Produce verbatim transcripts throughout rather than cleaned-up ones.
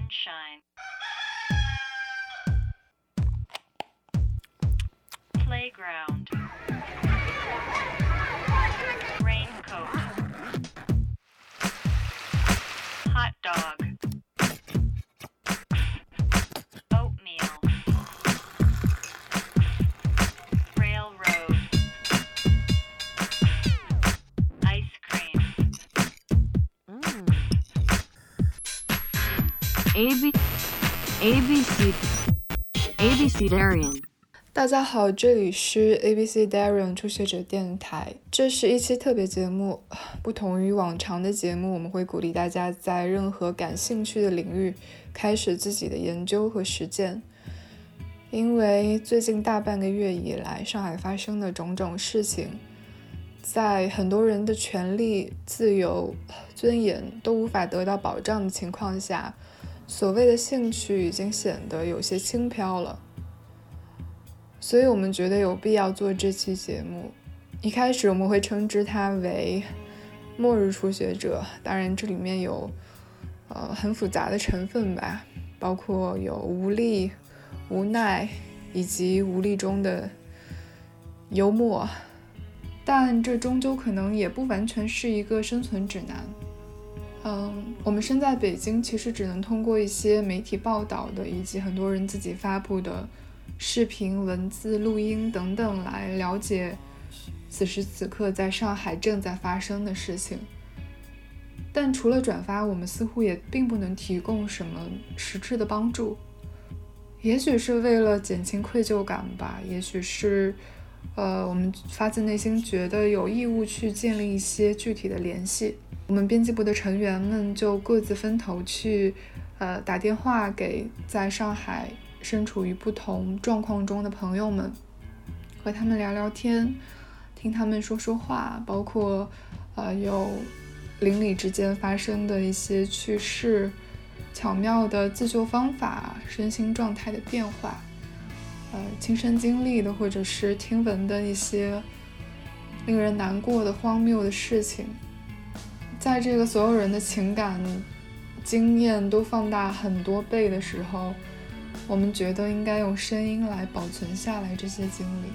sunshine, playground, raincoat, hot dog, oatmeal, railroad, ice cream. A B A B C A B C Darian。 大家好，这里是 A B C Darian 初学者电台，这是一期特别节目。不同于往常的节目，我们会鼓励大家在任何感兴趣的领域开始自己的研究和实践。因为最近大半个月以来，上海发生的种种事情，在很多人的权利、自由、尊严都无法得到保障的情况下，所谓的兴趣已经显得有些轻飘了。所以我们觉得有必要做这期节目。一开始我们会称之它为末日初学者，当然这里面有呃很复杂的成分吧，包括有无力、无奈以及无力中的幽默，但这终究可能也不完全是一个生存指南。嗯，我们身在北京，其实只能通过一些媒体报道的，以及很多人自己发布的视频、文字、录音等等来了解此时此刻在上海正在发生的事情。但除了转发，我们似乎也并不能提供什么实质的帮助。也许是为了减轻愧疚感吧，也许是呃，我们发自内心觉得有义务去建立一些具体的联系。我们编辑部的成员们就各自分头去呃打电话给在上海身处于不同状况中的朋友们，和他们聊聊天，听他们说说话，包括呃有邻里之间发生的一些趣事，巧妙的自救方法，身心状态的变化，呃亲身经历的或者是听闻的一些令人难过的荒谬的事情。在这个所有人的情感经验都放大很多倍的时候，我们觉得应该用声音来保存下来这些经历。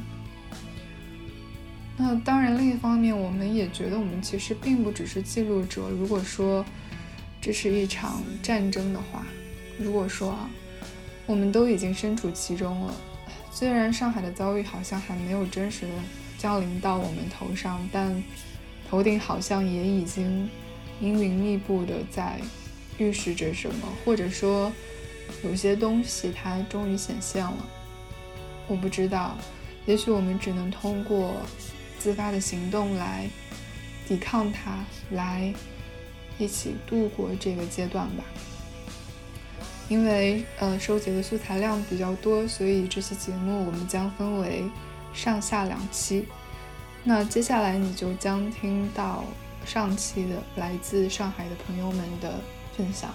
那当然另一方面，我们也觉得我们其实并不只是记录者。如果说这是一场战争的话，如果说啊，我们都已经身处其中了，虽然上海的遭遇好像还没有真实的降临到我们头上，但头顶好像也已经阴云密布的在预示着什么，或者说有些东西它终于显现了。我不知道，也许我们只能通过自发的行动来抵抗它，来一起度过这个阶段吧。因为呃收集的素材量比较多，所以这期节目我们将分为上下两期。那接下来你就将听到上期的来自上海的朋友们的分享。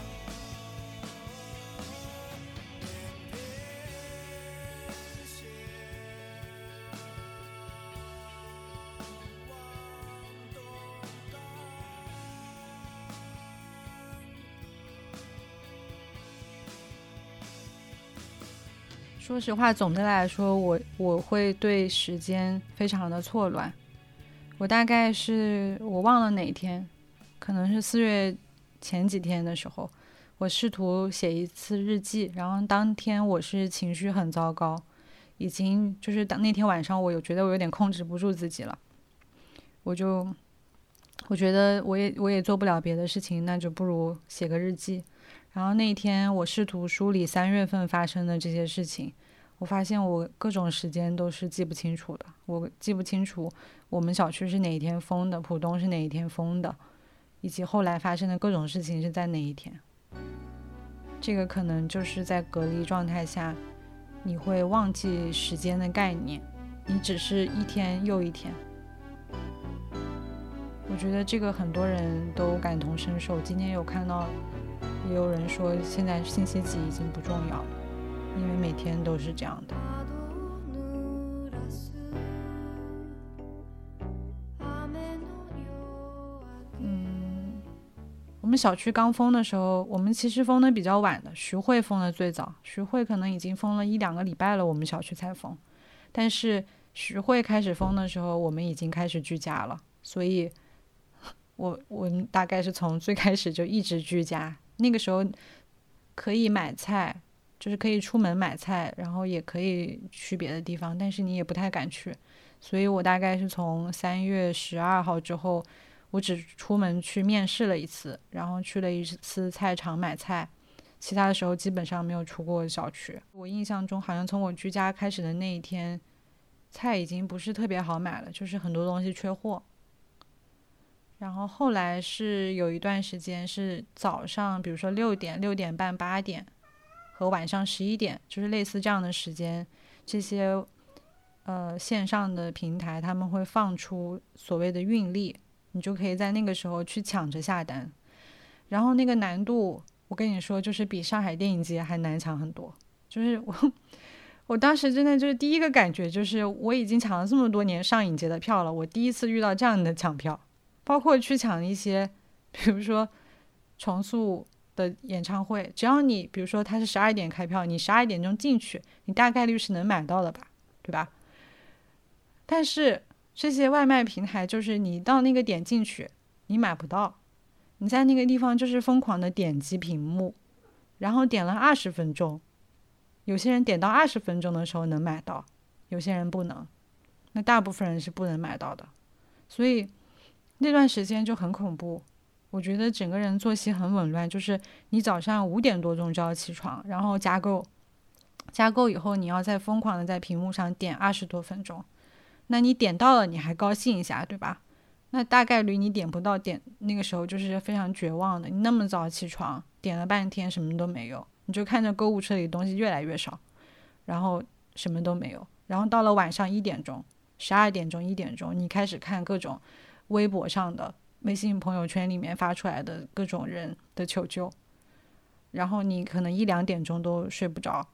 说实话，总的来说，我我会对时间非常的错乱。我大概是我忘了哪天，可能是四月前几天的时候，我试图写一次日记，然后当天我是情绪很糟糕，已经就是当那天晚上我有觉得我有点控制不住自己了，我就我觉得我也我也做不了别的事情，那就不如写个日记。然后那一天我试图梳理三月份发生的这些事情，我发现我各种时间都是记不清楚的。我记不清楚我们小区是哪一天封的，浦东是哪一天封的，以及后来发生的各种事情是在哪一天。这个可能就是在隔离状态下你会忘记时间的概念，你只是一天又一天。我觉得这个很多人都感同身受。今天有看到也有人说现在信息几已经不重要了，因为每天都是这样的。 我们小区刚封的时候，我们其实封的比较晚的，徐汇封的最早，徐汇可能已经封了一两个礼拜了，我们小区才封。但是徐汇开始封的时候，我们已经开始居家了，所以我我大概是从最开始就一直居家。那个时候可以买菜，就是可以出门买菜，然后也可以去别的地方，但是你也不太敢去。所以我大概是从三月十二号之后，我只出门去面试了一次，然后去了一次菜场买菜，其他的时候基本上没有出过小区。我印象中好像从我居家开始的那一天，菜已经不是特别好买了，就是很多东西缺货。然后后来是有一段时间是早上比如说六点六点半八点和晚上十一点，就是类似这样的时间，这些呃线上的平台他们会放出所谓的运力，你就可以在那个时候去抢着下单。然后那个难度我跟你说就是比上海电影节还难抢很多，就是我我当时真的就是第一个感觉就是我已经抢了这么多年上影节的票了，我第一次遇到这样的抢票，包括去抢一些比如说重塑的演唱会，只要你比如说它是十二点开票，你十二点钟进去，你大概率是能买到的吧，对吧？但是这些外卖平台就是你到那个点进去你买不到，你在那个地方就是疯狂的点击屏幕，然后点了二十分钟，有些人点到二十分钟的时候能买到，有些人不能，那大部分人是不能买到的。所以那段时间就很恐怖，我觉得整个人作息很紊乱，就是你早上五点多钟就要起床，然后加购加购以后你要再疯狂的在屏幕上点二十多分钟，那你点到了你还高兴一下，对吧？那大概率你点不到，点那个时候就是非常绝望的。你那么早起床点了半天什么都没有，你就看着购物车里的东西越来越少，然后什么都没有。然后到了晚上一点钟十二点钟一点钟你开始看各种微博上的微信朋友圈里面发出来的各种人的求救，然后你可能一两点钟都睡不着，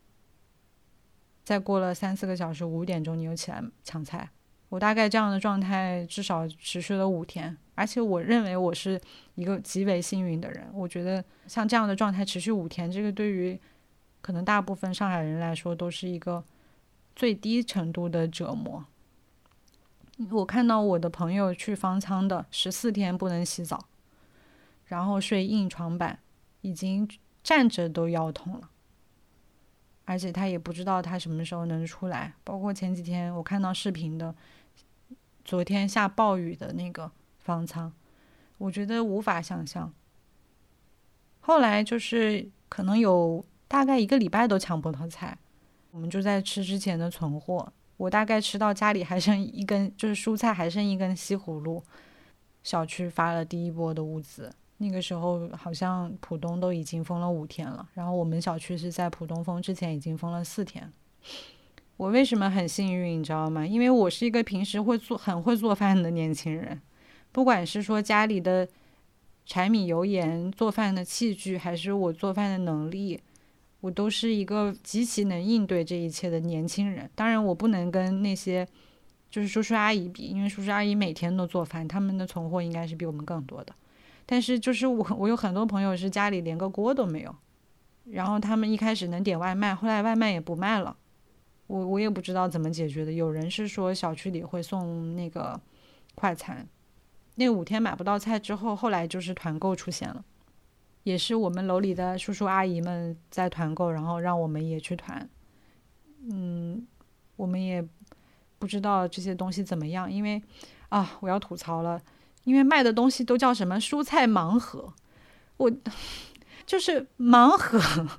再过了三四个小时五点钟你又起来抢菜。我大概这样的状态至少持续了五天，而且我认为我是一个极为幸运的人。我觉得像这样的状态持续五天，这个对于可能大部分上海人来说都是一个最低程度的折磨。我看到我的朋友去方舱的十四天不能洗澡，然后睡硬床板，已经站着都腰痛了，而且他也不知道他什么时候能出来。包括前几天我看到视频的昨天下暴雨的那个方舱，我觉得无法想象。后来就是可能有大概一个礼拜都抢不到菜，我们就在吃之前的存货，我大概吃到家里还剩一根，就是蔬菜还剩一根西葫芦。小区发了第一波的物资，那个时候好像浦东都已经封了五天了，然后我们小区是在浦东封之前已经封了四天。我为什么很幸运你知道吗？因为我是一个平时会做很会做饭的年轻人，不管是说家里的柴米油盐做饭的器具，还是我做饭的能力，我都是一个极其能应对这一切的年轻人。当然我不能跟那些就是叔叔阿姨比，因为叔叔阿姨每天都做饭，他们的存货应该是比我们更多的。但是就是我我有很多朋友是家里连个锅都没有，然后他们一开始能点外卖，后来外卖也不卖了，我我也不知道怎么解决的。有人是说小区里会送那个快餐，那五天买不到菜之后，后来就是团购出现了，也是我们楼里的叔叔阿姨们在团购，然后让我们也去团。嗯，我们也不知道这些东西怎么样，因为啊，我要吐槽了，因为卖的东西都叫什么蔬菜盲盒，我就是盲盒，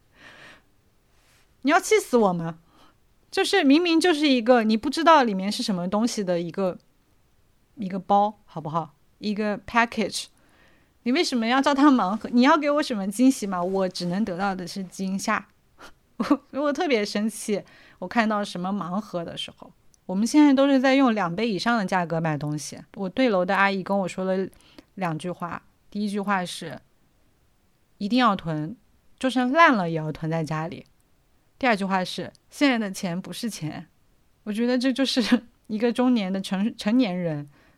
你要气死我吗？就是明明就是一个你不知道里面是什么东西的一个一个包，好不好？一个 package， 你为什么要叫它盲盒？你要给我什么惊喜吗？我只能得到的是惊吓。我我特别生气，我看到什么盲盒的时候。我们现在都是在用两倍以上的价格买东西。我对楼的阿姨跟我说了两句话，第一句话是一定要囤，就算烂了也要囤在家里。第二句话是现在的钱不是钱。我觉得这就是一个中年的成成年人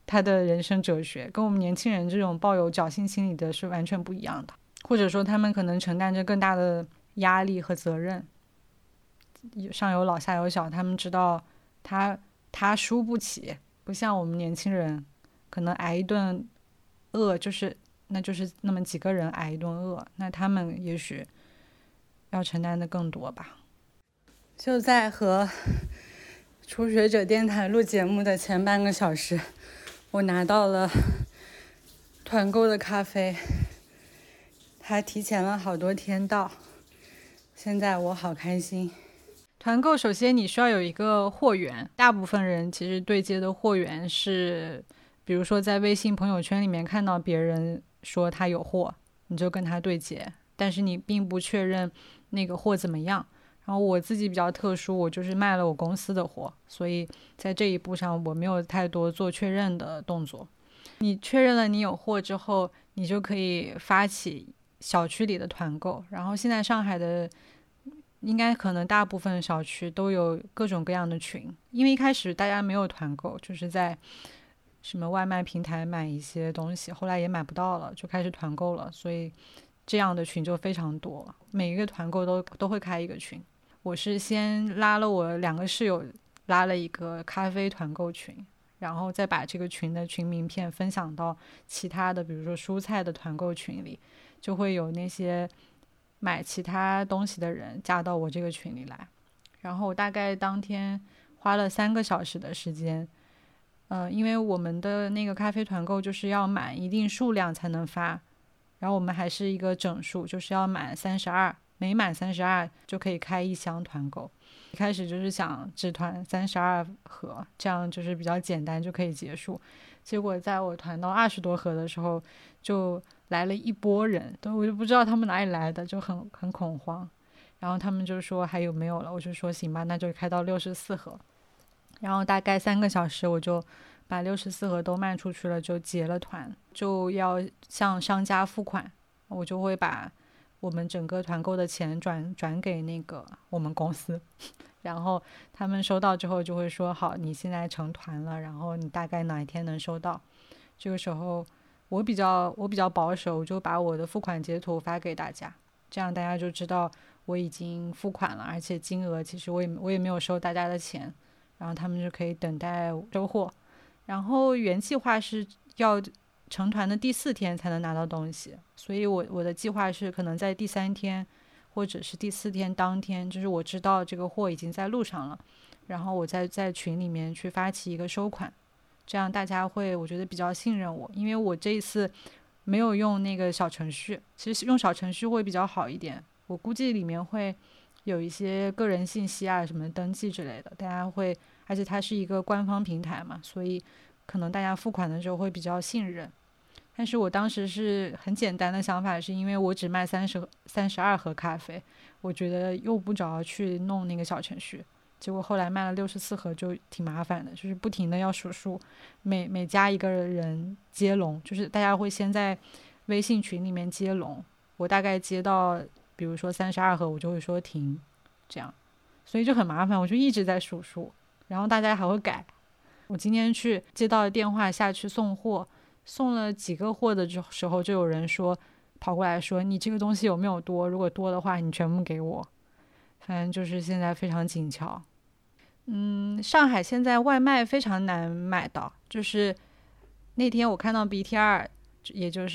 他的人生哲学，跟我们年轻人这种抱有侥幸心理的是完全不一样的。或者说他们可能承担着更大的压力和责任，上有老下有小，他们知道他他输不起，不像我们年轻人可能挨一顿饿就是那就是那么几个人挨一顿饿，那他们也许要承担的更多吧。就在和初学者电台录节目的前半个小时，我拿到了团购的咖啡，它提前了好多天到，现在我好开心。团购首先你需要有一个货源，大部分人其实对接的货源是比如说在微信朋友圈里面看到别人说他有货，你就跟他对接，但是你并不确认那个货怎么样。然后我自己比较特殊，我就是卖了我公司的货，所以在这一步上我没有太多做确认的动作。你确认了你有货之后，你就可以发起小区里的团购。然后现在上海的应该可能大部分小区都有各种各样的群，因为一开始大家没有团购，就是在什么外卖平台买一些东西，后来也买不到了，就开始团购了，所以这样的群就非常多，每一个团购都都会开一个群。我是先拉了我两个室友，拉了一个咖啡团购群，然后再把这个群的群名片分享到其他的比如说蔬菜的团购群里，就会有那些买其他东西的人加到我这个群里来。然后我大概当天花了三个小时的时间，呃，因为我们的那个咖啡团购就是要满一定数量才能发，然后我们还是一个整数，就是要满三十二，每满三十二就可以开一箱团购。一开始就是想只团三十二盒，这样就是比较简单就可以结束。结果在我团到二十多盒的时候，就来了一波人，我就不知道他们哪里来的，就很很恐慌。然后他们就说还有没有了，我就说行吧，那就开到六十四盒。然后大概三个小时我就把六十四盒都卖出去了，就结了团，就要向商家付款。我就会把我们整个团购的钱转转给那个我们公司，然后他们收到之后就会说好，你现在成团了，然后你大概哪一天能收到。这个时候我比较我比较保守，我就把我的付款截图发给大家，这样大家就知道我已经付款了，而且金额其实我也我也没有收大家的钱，然后他们就可以等待收货。然后原计划是要成团的第四天才能拿到东西，所以我我的计划是可能在第三天或者是第四天当天，就是我知道这个货已经在路上了，然后我再在群里面去发起一个收款，这样大家会我觉得比较信任我。因为我这一次没有用那个小程序，其实用小程序会比较好一点，我估计里面会有一些个人信息啊什么登记之类的，大家会，而且它是一个官方平台嘛，所以可能大家付款的时候会比较信任。但是我当时是很简单的想法，是因为我只卖三十三十二盒咖啡，我觉得用不着去弄那个小程序。结果后来卖了六十四盒就挺麻烦的，就是不停的要数数，每每加一个人接龙，就是大家会先在微信群里面接龙，我大概接到比如说三十二盒我就会说停，这样，所以就很麻烦，我就一直在数数，然后大家还会改。我今天去接到电话下去送货，送了几个货的时候就有人说跑过来说你这个东西有没有多，如果多的话你全部给我。反正就是现在非常紧俏。嗯，上海现在外卖非常难买到，就是那天我看到 B T 二， 也就是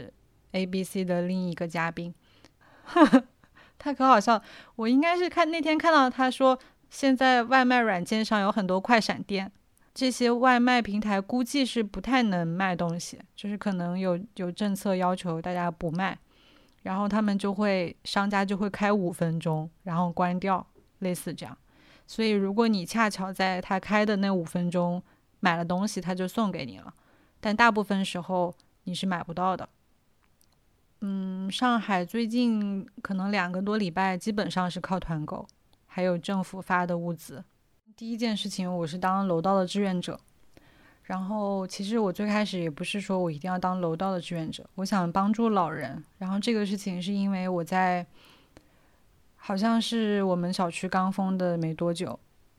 A B C 的另一个嘉宾他可好笑，我应该是看那天看到他说现在外卖软件上有很多快闪店，这些外卖平台估计是不太能卖东西，就是可能有有政策要求大家不卖，然后他们就会商家就会开五分钟然后关掉，类似这样。所以如果你恰巧在他开的那五分钟买了东西，他就送给你了，但大部分时候你是买不到的。嗯，上海最近可能两个多礼拜基本上是靠团购，还有政府发的物资。第一件事情我是当楼道的志愿者，然后其实我最开始也不是说我一定要当楼道的志愿者，我想帮助老人。然后这个事情是因为我在好像是我们小区刚封的没多久，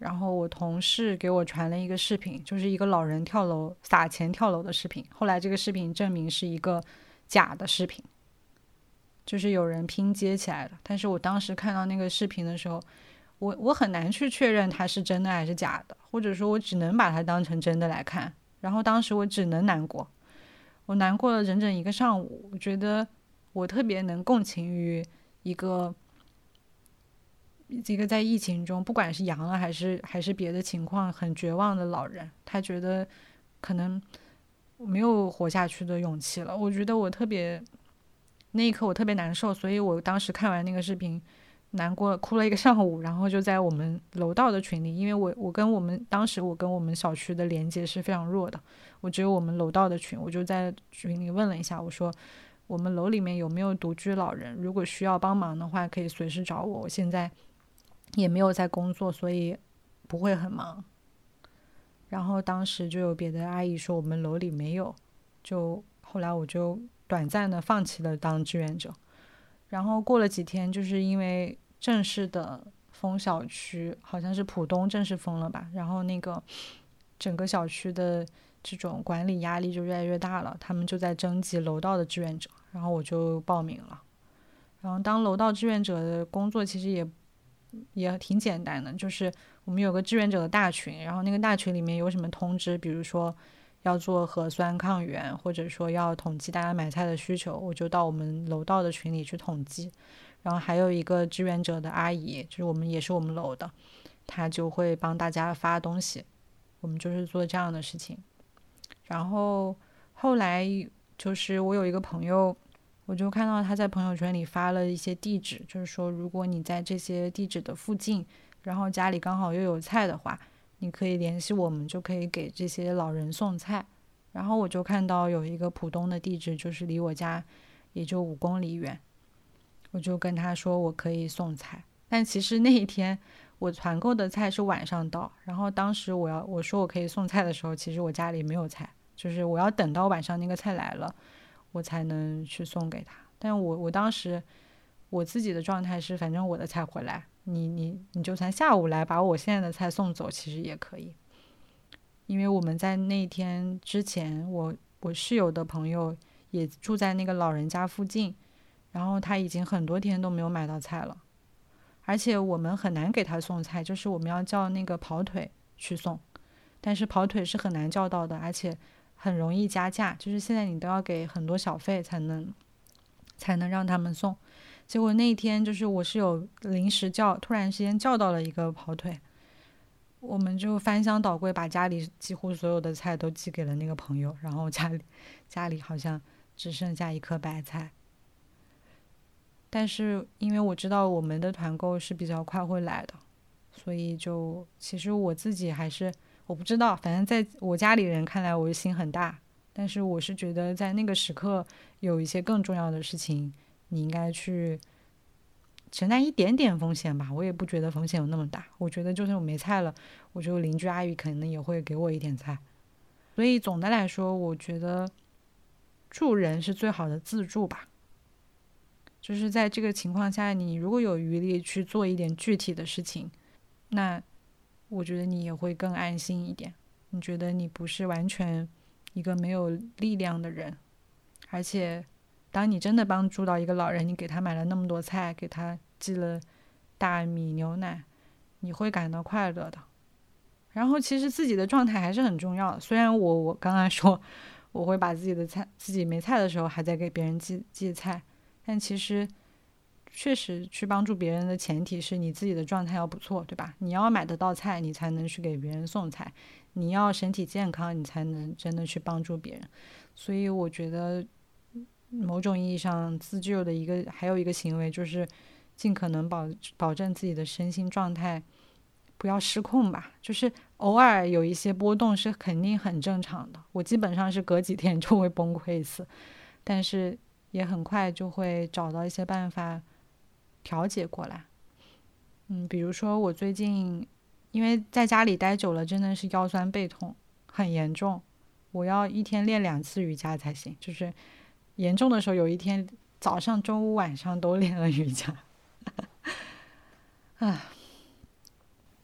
然后我同事给我传了一个视频，就是一个老人跳楼撒钱跳楼的视频，后来这个视频证明是一个假的视频，就是有人拼接起来的。但是我当时看到那个视频的时候，我我很难去确认它是真的还是假的，或者说我只能把它当成真的来看。然后当时我只能难过，我难过了整整一个上午。我觉得我特别能共情于一个一个在疫情中不管是阳了还是还是别的情况很绝望的老人，他觉得可能没有活下去的勇气了。我觉得我特别那一刻我特别难受，所以我当时看完那个视频难过哭了一个上午，然后就在我们楼道的群里，因为我我跟我们当时我跟我们小区的连接是非常弱的，我只有我们楼道的群，我就在群里问了一下，我说我们楼里面有没有独居老人，如果需要帮忙的话可以随时找我，我现在也没有在工作，所以不会很忙。然后当时就有别的阿姨说我们楼里没有，就后来我就短暂的放弃了当志愿者。然后过了几天，就是因为正式的封小区，好像是浦东正式封了吧，然后那个整个小区的这种管理压力就越来越大了，他们就在征集楼道的志愿者，然后我就报名了。然后当楼道志愿者的工作其实也也挺简单的，就是我们有个志愿者的大群，然后那个大群里面有什么通知，比如说要做核酸抗原，或者说要统计大家买菜的需求，我就到我们楼道的群里去统计。然后还有一个志愿者的阿姨，就是我们也是我们楼的，她就会帮大家发东西，我们就是做这样的事情。然后后来就是我有一个朋友，我就看到他在朋友圈里发了一些地址，就是说如果你在这些地址的附近，然后家里刚好又有菜的话，你可以联系我们，就可以给这些老人送菜。然后我就看到有一个浦东的地址，就是离我家也就五公里远，我就跟他说我可以送菜。但其实那一天我团购的菜是晚上到，然后当时我要我说我可以送菜的时候，其实我家里没有菜，就是我要等到晚上那个菜来了我才能去送给他。但我我当时我自己的状态是，反正我的菜回来，你你你就算下午来把我现在的菜送走，其实也可以。因为我们在那天之前，我我室友的朋友也住在那个老人家附近，然后他已经很多天都没有买到菜了，而且我们很难给他送菜，就是我们要叫那个跑腿去送，但是跑腿是很难叫到的，而且很容易加价，就是现在你都要给很多小费才能才能让他们送。结果那一天就是我是有临时叫，突然之间叫到了一个跑腿，我们就翻箱倒柜把家里几乎所有的菜都寄给了那个朋友，然后家里家里好像只剩下一颗白菜。但是因为我知道我们的团购是比较快会来的，所以就其实我自己还是我不知道，反正在我家里人看来我的心很大，但是我是觉得在那个时刻有一些更重要的事情你应该去承担一点点风险吧，我也不觉得风险有那么大，我觉得就算我没菜了，我觉得邻居阿姨可能也会给我一点菜。所以总的来说我觉得助人是最好的自助吧，就是在这个情况下你如果有余力去做一点具体的事情，那我觉得你也会更安心一点，你觉得你不是完全一个没有力量的人。而且当你真的帮助到一个老人，你给他买了那么多菜，给他寄了大米牛奶，你会感到快乐的。然后其实自己的状态还是很重要的，虽然我我刚刚说我会把自己的菜自己没菜的时候还在给别人寄寄菜，但其实确实去帮助别人的前提是你自己的状态要不错，对吧？你要买得到菜你才能去给别人送菜，你要身体健康你才能真的去帮助别人。所以我觉得某种意义上自救的一个还有一个行为就是尽可能保保证自己的身心状态不要失控吧，就是偶尔有一些波动是肯定很正常的，我基本上是隔几天就会崩溃一次，但是也很快就会找到一些办法调节过来。嗯，比如说我最近因为在家里待久了真的是腰酸背痛很严重，我要一天练两次瑜伽才行，就是严重的时候有一天早上中午晚上都练了瑜伽啊，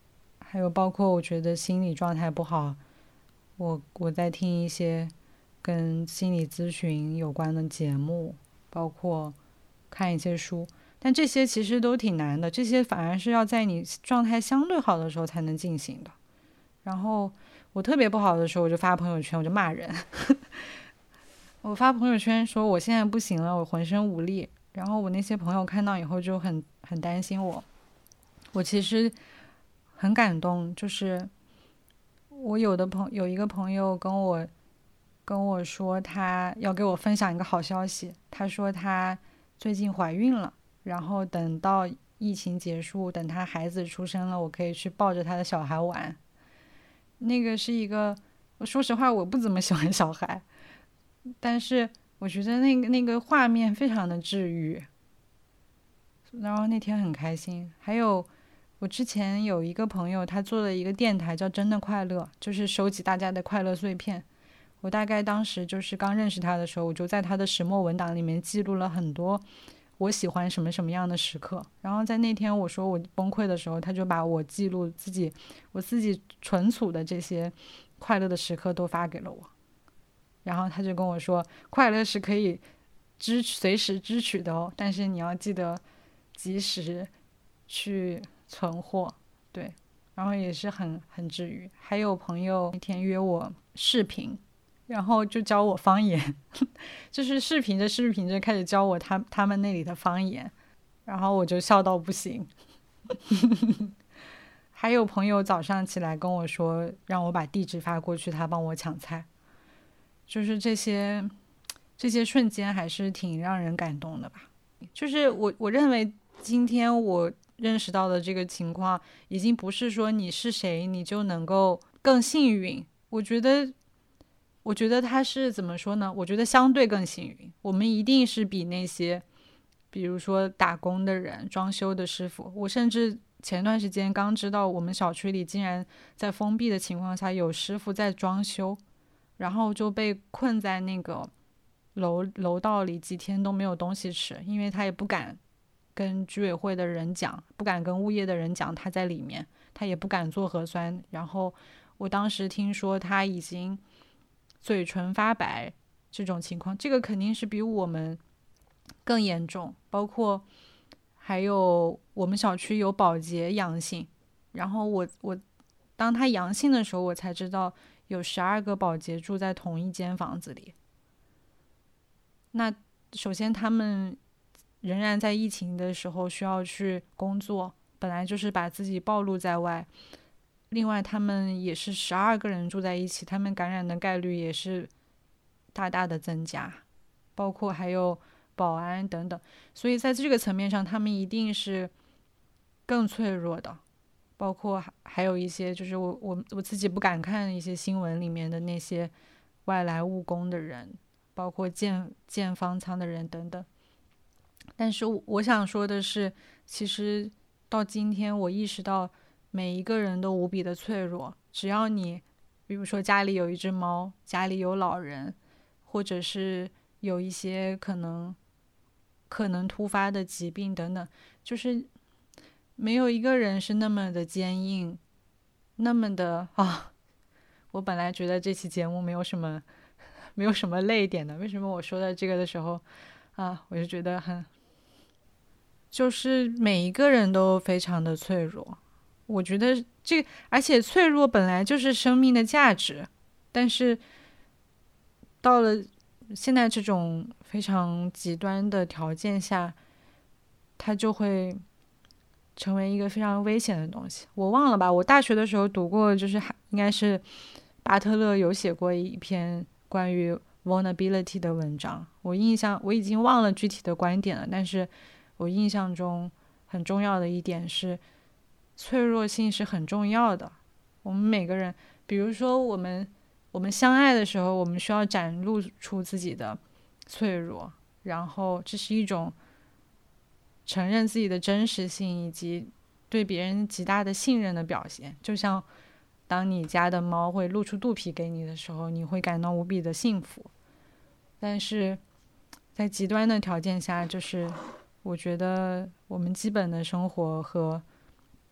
还有包括我觉得心理状态不好，我我在听一些跟心理咨询有关的节目，包括看一些书，但这些其实都挺难的，这些反而是要在你状态相对好的时候才能进行的。然后我特别不好的时候，我就发朋友圈，我就骂人我发朋友圈说我现在不行了，我浑身无力，然后我那些朋友看到以后就很很担心我。我其实很感动，就是我有的朋有一个朋友跟我跟我说他要给我分享一个好消息，他说他最近怀孕了，然后等到疫情结束，等他孩子出生了，我可以去抱着他的小孩玩。那个是一个，说实话我不怎么喜欢小孩，但是我觉得那个那个画面非常的治愈，然后那天很开心。还有我之前有一个朋友，他做了一个电台叫真的快乐，就是收集大家的快乐碎片。我大概当时就是刚认识他的时候，我就在他的石墨文档里面记录了很多我喜欢什么什么样的时刻。然后在那天我说我崩溃的时候，他就把我记录自己我自己存储的这些快乐的时刻都发给了我。然后他就跟我说，快乐是可以支随时支取的哦，但是你要记得及时去存货。对，然后也是很很治愈。还有朋友那天约我视频，然后就教我方言就是视频着视频着开始教我他他们那里的方言，然后我就笑到不行还有朋友早上起来跟我说让我把地址发过去，他帮我抢菜。就是这些这些瞬间还是挺让人感动的吧。就是我我认为今天我认识到的这个情况，已经不是说你是谁你就能够更幸运。我觉得我觉得他是怎么说呢？我觉得相对更幸运。我们一定是比那些比如说打工的人、装修的师傅，我甚至前段时间刚知道我们小区里竟然在封闭的情况下有师傅在装修，然后就被困在那个楼楼道里几天都没有东西吃，因为他也不敢跟居委会的人讲，不敢跟物业的人讲他在里面，他也不敢做核酸。然后我当时听说他已经嘴唇发白这种情况，这个肯定是比我们更严重。包括还有我们小区有保洁阳性，然后我我当他阳性的时候，我才知道有十二个保洁住在同一间房子里。那首先他们仍然在疫情的时候需要去工作，本来就是把自己暴露在外，另外他们也是十二个人住在一起，他们感染的概率也是大大的增加，包括还有保安等等。所以在这个层面上他们一定是更脆弱的。包括还有一些就是我我我自己不敢看一些新闻里面的那些外来务工的人，包括建建方舱的人等等。但是我想说的是，其实到今天我意识到每一个人都无比的脆弱。只要你比如说家里有一只猫，家里有老人，或者是有一些可能可能突发的疾病等等，就是没有一个人是那么的坚硬，那么的啊！我本来觉得这期节目没有什么没有什么泪点的，为什么我说到这个的时候啊，我就觉得很，就是每一个人都非常的脆弱。我觉得这而且脆弱本来就是生命的价值，但是到了现在这种非常极端的条件下，它就会成为一个非常危险的东西。我忘了吧，我大学的时候读过，就是应该是巴特勒有写过一篇关于 vulnerability 的文章，我印象我已经忘了具体的观点了，但是我印象中很重要的一点是脆弱性是很重要的。我们每个人比如说我们我们相爱的时候，我们需要展露出自己的脆弱，然后这是一种承认自己的真实性以及对别人极大的信任的表现。就像当你家的猫会露出肚皮给你的时候，你会感到无比的幸福。但是在极端的条件下，就是我觉得我们基本的生活和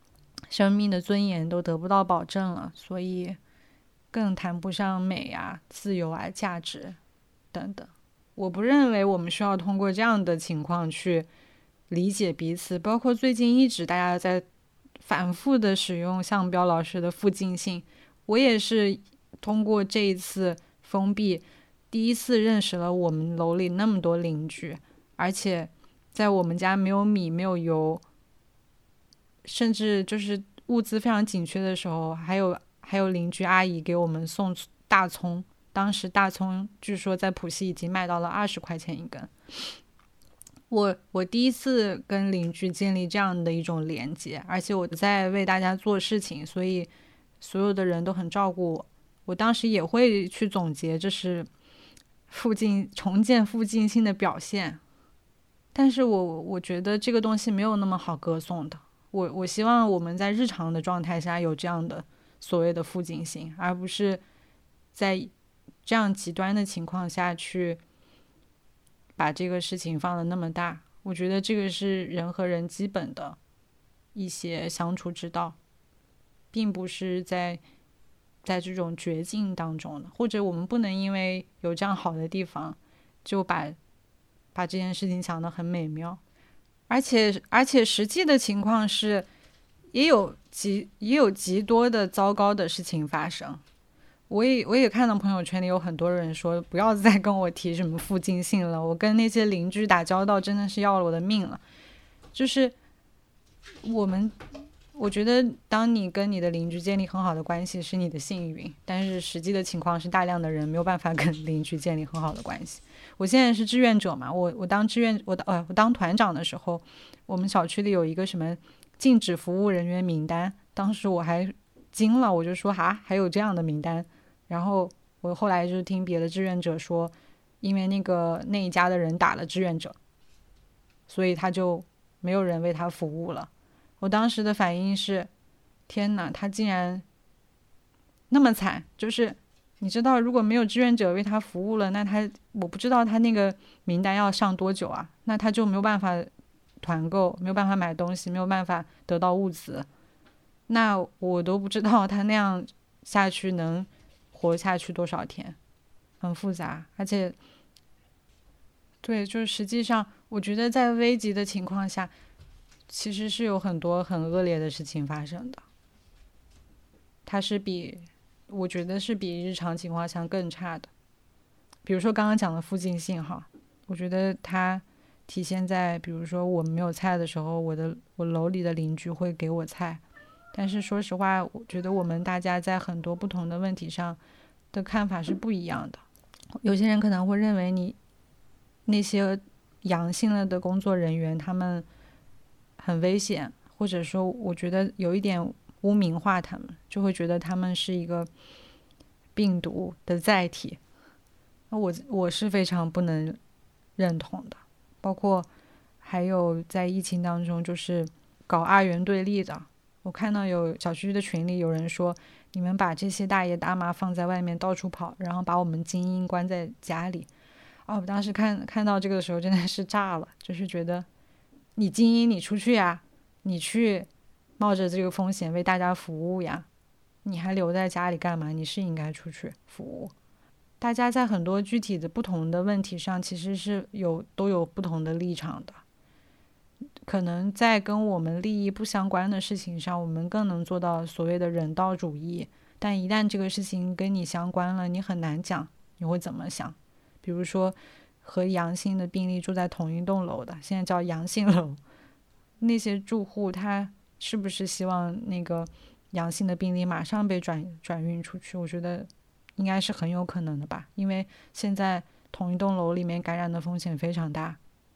生命的尊严都得不到保证了，所以更谈不上美啊、自由啊、价值等等。我不认为我们需要通过这样的情况去理解彼此，包括最近一直大家在反复的使用向彪老师的附近性，我也是通过这一次封闭第一次认识了我们楼里那么多邻居，而且在我们家没有米没有油，甚至就是物资非常紧缺的时候，还有还有邻居阿姨给我们送大葱，当时大葱据说在浦西已经卖到了二十块钱一根。我我第一次跟邻居建立这样的一种连接，而且我在为大家做事情，所以所有的人都很照顾我。我当时也会去总结这是附近重建附近性的表现，但是我我觉得这个东西没有那么好歌颂的。我我希望我们在日常的状态下有这样的所谓的附近性，而不是在这样极端的情况下去把这个事情放得那么大。我觉得这个是人和人基本的一些相处之道，并不是在在这种绝境当中的，或者我们不能因为有这样好的地方就把把这件事情想得很美妙。而且而且实际的情况是也有极也有极多的糟糕的事情发生。我也我也看到朋友圈里有很多人说不要再跟我提什么附近性了，我跟那些邻居打交道真的是要了我的命了。就是我们我觉得当你跟你的邻居建立很好的关系是你的幸运，但是实际的情况是大量的人没有办法跟邻居建立很好的关系。我现在是志愿者嘛，我我当志愿我呃我当团长的时候，我们小区里有一个什么禁止服务人员名单，当时我还惊了，我就说哈还有这样的名单。然后我后来就听别的志愿者说，因为那个那一家的人打了志愿者，所以他就没有人为他服务了。我当时的反应是天哪，他竟然那么惨。就是你知道如果没有志愿者为他服务了，那他我不知道他那个名单要上多久啊，那他就没有办法团购，没有办法买东西，没有办法得到物资，那我都不知道他那样下去能活下去多少天，很复杂。而且对，就是实际上我觉得在危急的情况下其实是有很多很恶劣的事情发生的，它是比我觉得是比日常情况下更差的。比如说刚刚讲的附近性哈，我觉得它体现在比如说我们没有菜的时候，我的我楼里的邻居会给我菜。但是说实话，我觉得我们大家在很多不同的问题上的看法是不一样的。有些人可能会认为你那些阳性了的工作人员他们很危险，或者说我觉得有一点污名化他们，就会觉得他们是一个病毒的载体。我我是非常不能认同的。包括还有在疫情当中就是搞二元对立的，我看到有小区的群里有人说，你们把这些大爷大妈放在外面到处跑，然后把我们精英关在家里。哦，我当时看看到这个的时候真的是炸了，就是觉得你精英你出去呀，你去冒着这个风险为大家服务呀，你还留在家里干嘛？你是应该出去服务。大家在很多具体的不同的问题上其实是有都有不同的立场的，可能在跟我们利益不相关的事情上我们更能做到所谓的人道主义，但一旦这个事情跟你相关了，你很难讲你会怎么想。比如说和阳性的病例住在同一栋楼的，现在叫阳性楼，那些住户他是不是希望那个阳性的病例马上被转转运出去？我觉得应该是很有可能的吧，因为现在同一栋楼里面感染的风险非常大。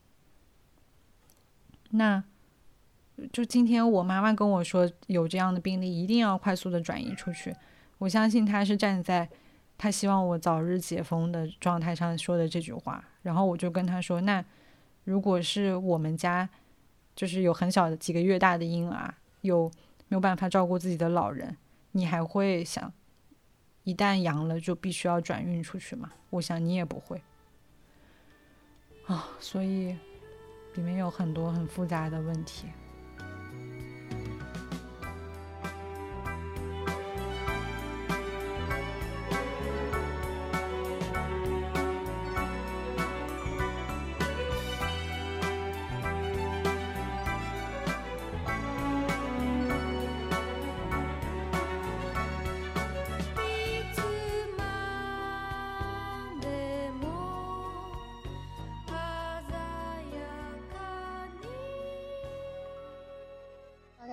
那就今天我妈妈跟我说有这样的病例一定要快速的转移出去，我相信她是站在她希望我早日解封的状态上说的这句话。然后我就跟她说，那如果是我们家就是有很小的几个月大的婴儿，有没有办法照顾自己的老人，你还会想一旦阳了就必须要转运出去吗？我想你也不会啊，所以里面有很多很复杂的问题。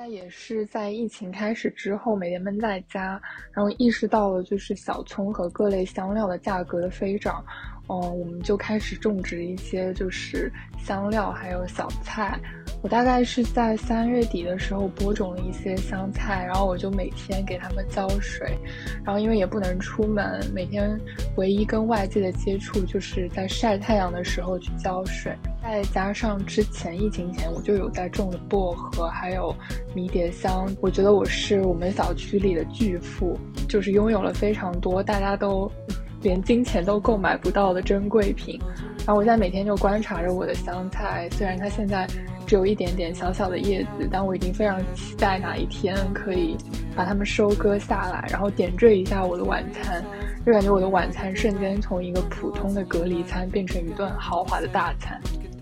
也是在疫情开始之后，每天闷在家，然后意识到了就是小葱和各类香料的价格的飞涨，嗯，我们就开始种植一些就是香料还有小菜。我大概是在三月底的时候播种了一些香菜，然后我就每天给它们浇水，然后因为也不能出门，每天唯一跟外界的接触就是在晒太阳的时候去浇水。再加上之前疫情前我就有在种薄荷还有迷迭香，我觉得我是我们小区里的巨富，就是拥有了非常多大家都连金钱都购买不到的珍贵品。然后我现在每天就观察着我的香菜，虽然它现在只有一点点小小的叶子，但我已经非常期待哪一天可以把它们收割下来，然后点缀一下我的晚餐，就感觉我的晚餐瞬间从一个普通的隔离餐变成一顿豪华的大餐。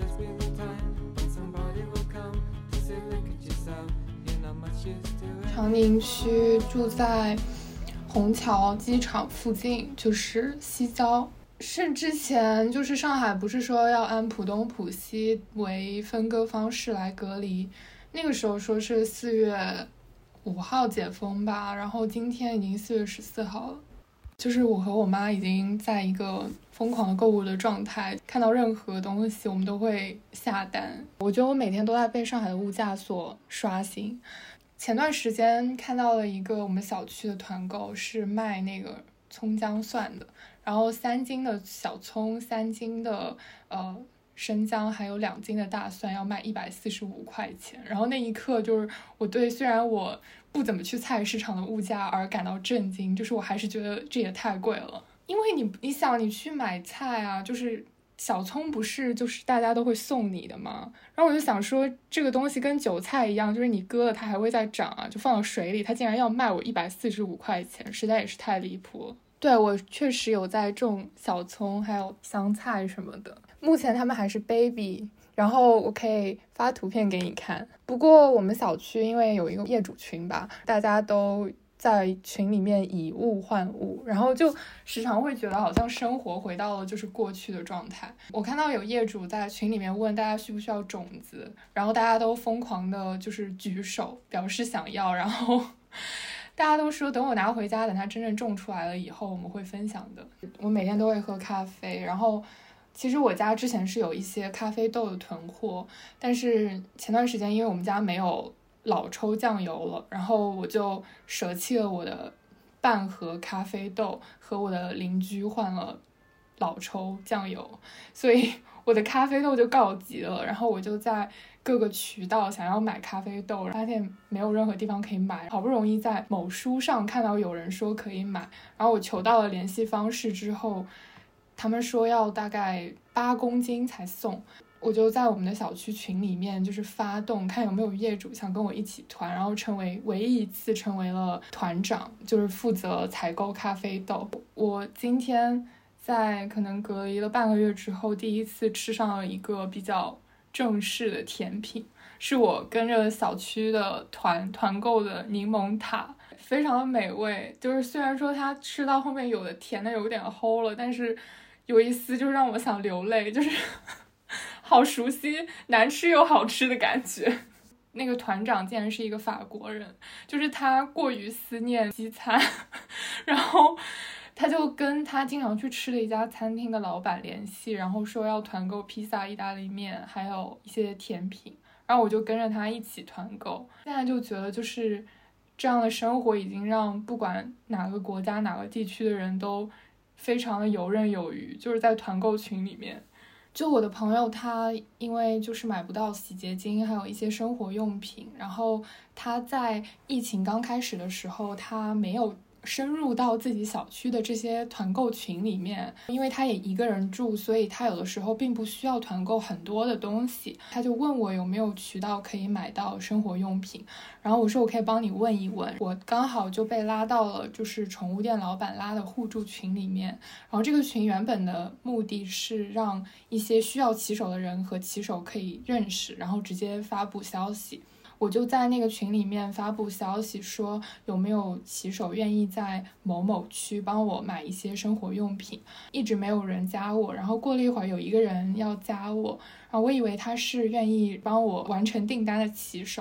长宁区住在虹桥机场附近，就是西郊。是之前就是上海不是说要按浦东浦西为分割方式来隔离，那个时候说是四月五号解封吧，然后今天已经四月十四号了。就是我和我妈已经在一个疯狂的购物的状态，看到任何东西我们都会下单。我觉得我每天都在被上海的物价所刷新。前段时间看到了一个我们小区的团购，是卖那个葱姜蒜的，然后三斤的小葱，三斤的呃生姜，还有两斤的大蒜要卖一百四十五块钱。然后那一刻就是我对虽然我不怎么去菜市场的物价而感到震惊，就是我还是觉得这也太贵了。因为你你想你去买菜啊，就是小葱不是就是大家都会送你的吗？然后我就想说这个东西跟韭菜一样，就是你割了它还会再长啊，就放到水里，它竟然要卖我一百四十五块钱，实在也是太离谱了。对，我确实有在种小葱还有香菜什么的，目前他们还是 baby， 然后我可以发图片给你看。不过我们小区因为有一个业主群吧，大家都在群里面以物换物，然后就时常会觉得好像生活回到了就是过去的状态。我看到有业主在群里面问大家需不需要种子，然后大家都疯狂的就是举手表示想要，然后大家都说等我拿回家，等它真正种出来了以后我们会分享的。我每天都会喝咖啡，然后其实我家之前是有一些咖啡豆的囤货，但是前段时间因为我们家没有老抽酱油了，然后我就舍弃了我的半盒咖啡豆，和我的邻居换了老抽酱油，所以我的咖啡豆就告急了。然后我就在各个渠道想要买咖啡豆，发现没有任何地方可以买，好不容易在某书上看到有人说可以买，然后我求到了联系方式之后，他们说要大概八公斤才送。我就在我们的小区群里面就是发动，看有没有业主想跟我一起团，然后成为唯一一次成为了团长，就是负责采购咖啡豆。我今天在可能隔离了半个月之后，第一次吃上了一个比较正式的甜品，是我跟着小区的团团购的柠檬塔，非常的美味。就是虽然说它吃到后面有的甜的有点齁了，但是有一丝就让我想流泪，就是好熟悉难吃又好吃的感觉。那个团长竟然是一个法国人，就是他过于思念西餐，然后他就跟他经常去吃的一家餐厅的老板联系，然后说要团购披萨、意大利面还有一些甜品，然后我就跟着他一起团购。现在就觉得就是这样的生活已经让不管哪个国家哪个地区的人都非常的游刃有余，就是在团购群里面。就我的朋友他因为就是买不到洗洁精还有一些生活用品，然后他在疫情刚开始的时候他没有深入到自己小区的这些团购群里面，因为他也一个人住，所以他有的时候并不需要团购很多的东西。他就问我有没有渠道可以买到生活用品，然后我说我可以帮你问一问。我刚好就被拉到了就是宠物店老板拉的互助群里面，然后这个群原本的目的是让一些需要骑手的人和骑手可以认识，然后直接发布消息。我就在那个群里面发布消息说有没有骑手愿意在某某区帮我买一些生活用品，一直没有人加我，然后过了一会儿有一个人要加我，然后我以为他是愿意帮我完成订单的骑手，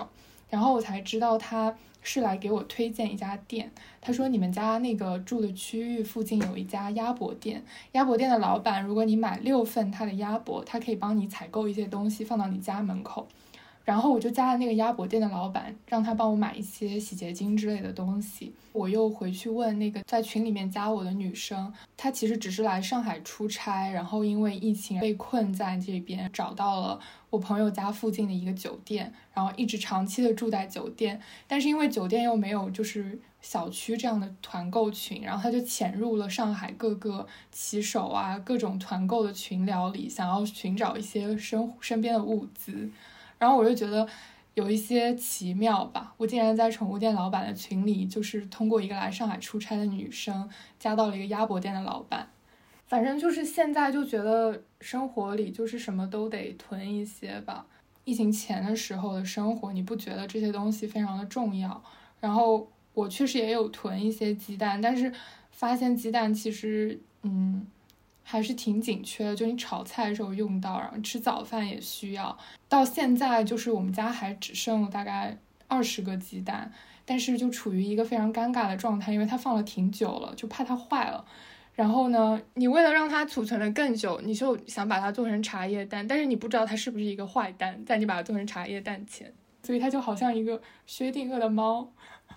然后我才知道他是来给我推荐一家店。他说你们家那个住的区域附近有一家鸭脖店，鸭脖店的老板如果你买六份他的鸭脖，他可以帮你采购一些东西放到你家门口。然后我就加了那个鸭脖店的老板，让他帮我买一些洗洁精之类的东西。我又回去问那个在群里面加我的女生，她其实只是来上海出差，然后因为疫情被困在这边，找到了我朋友家附近的一个酒店，然后一直长期的住在酒店。但是因为酒店又没有就是小区这样的团购群，然后他就潜入了上海各个骑手啊各种团购的群聊里，想要寻找一些身身边的物资。然后我就觉得有一些奇妙吧，我竟然在宠物店老板的群里，就是通过一个来上海出差的女生加到了一个鸭脖店的老板。反正就是现在就觉得生活里就是什么都得囤一些吧。疫情前的时候的生活，你不觉得这些东西非常的重要？然后我确实也有囤一些鸡蛋，但是发现鸡蛋其实嗯还是挺紧缺的，就你炒菜的时候用到，然后吃早饭也需要。到现在就是我们家还只剩了大概二十个鸡蛋，但是就处于一个非常尴尬的状态，因为它放了挺久了，就怕它坏了。然后呢，你为了让它储存的更久，你就想把它做成茶叶蛋，但是你不知道它是不是一个坏蛋，在你把它做成茶叶蛋前，所以它就好像一个薛定谔的猫。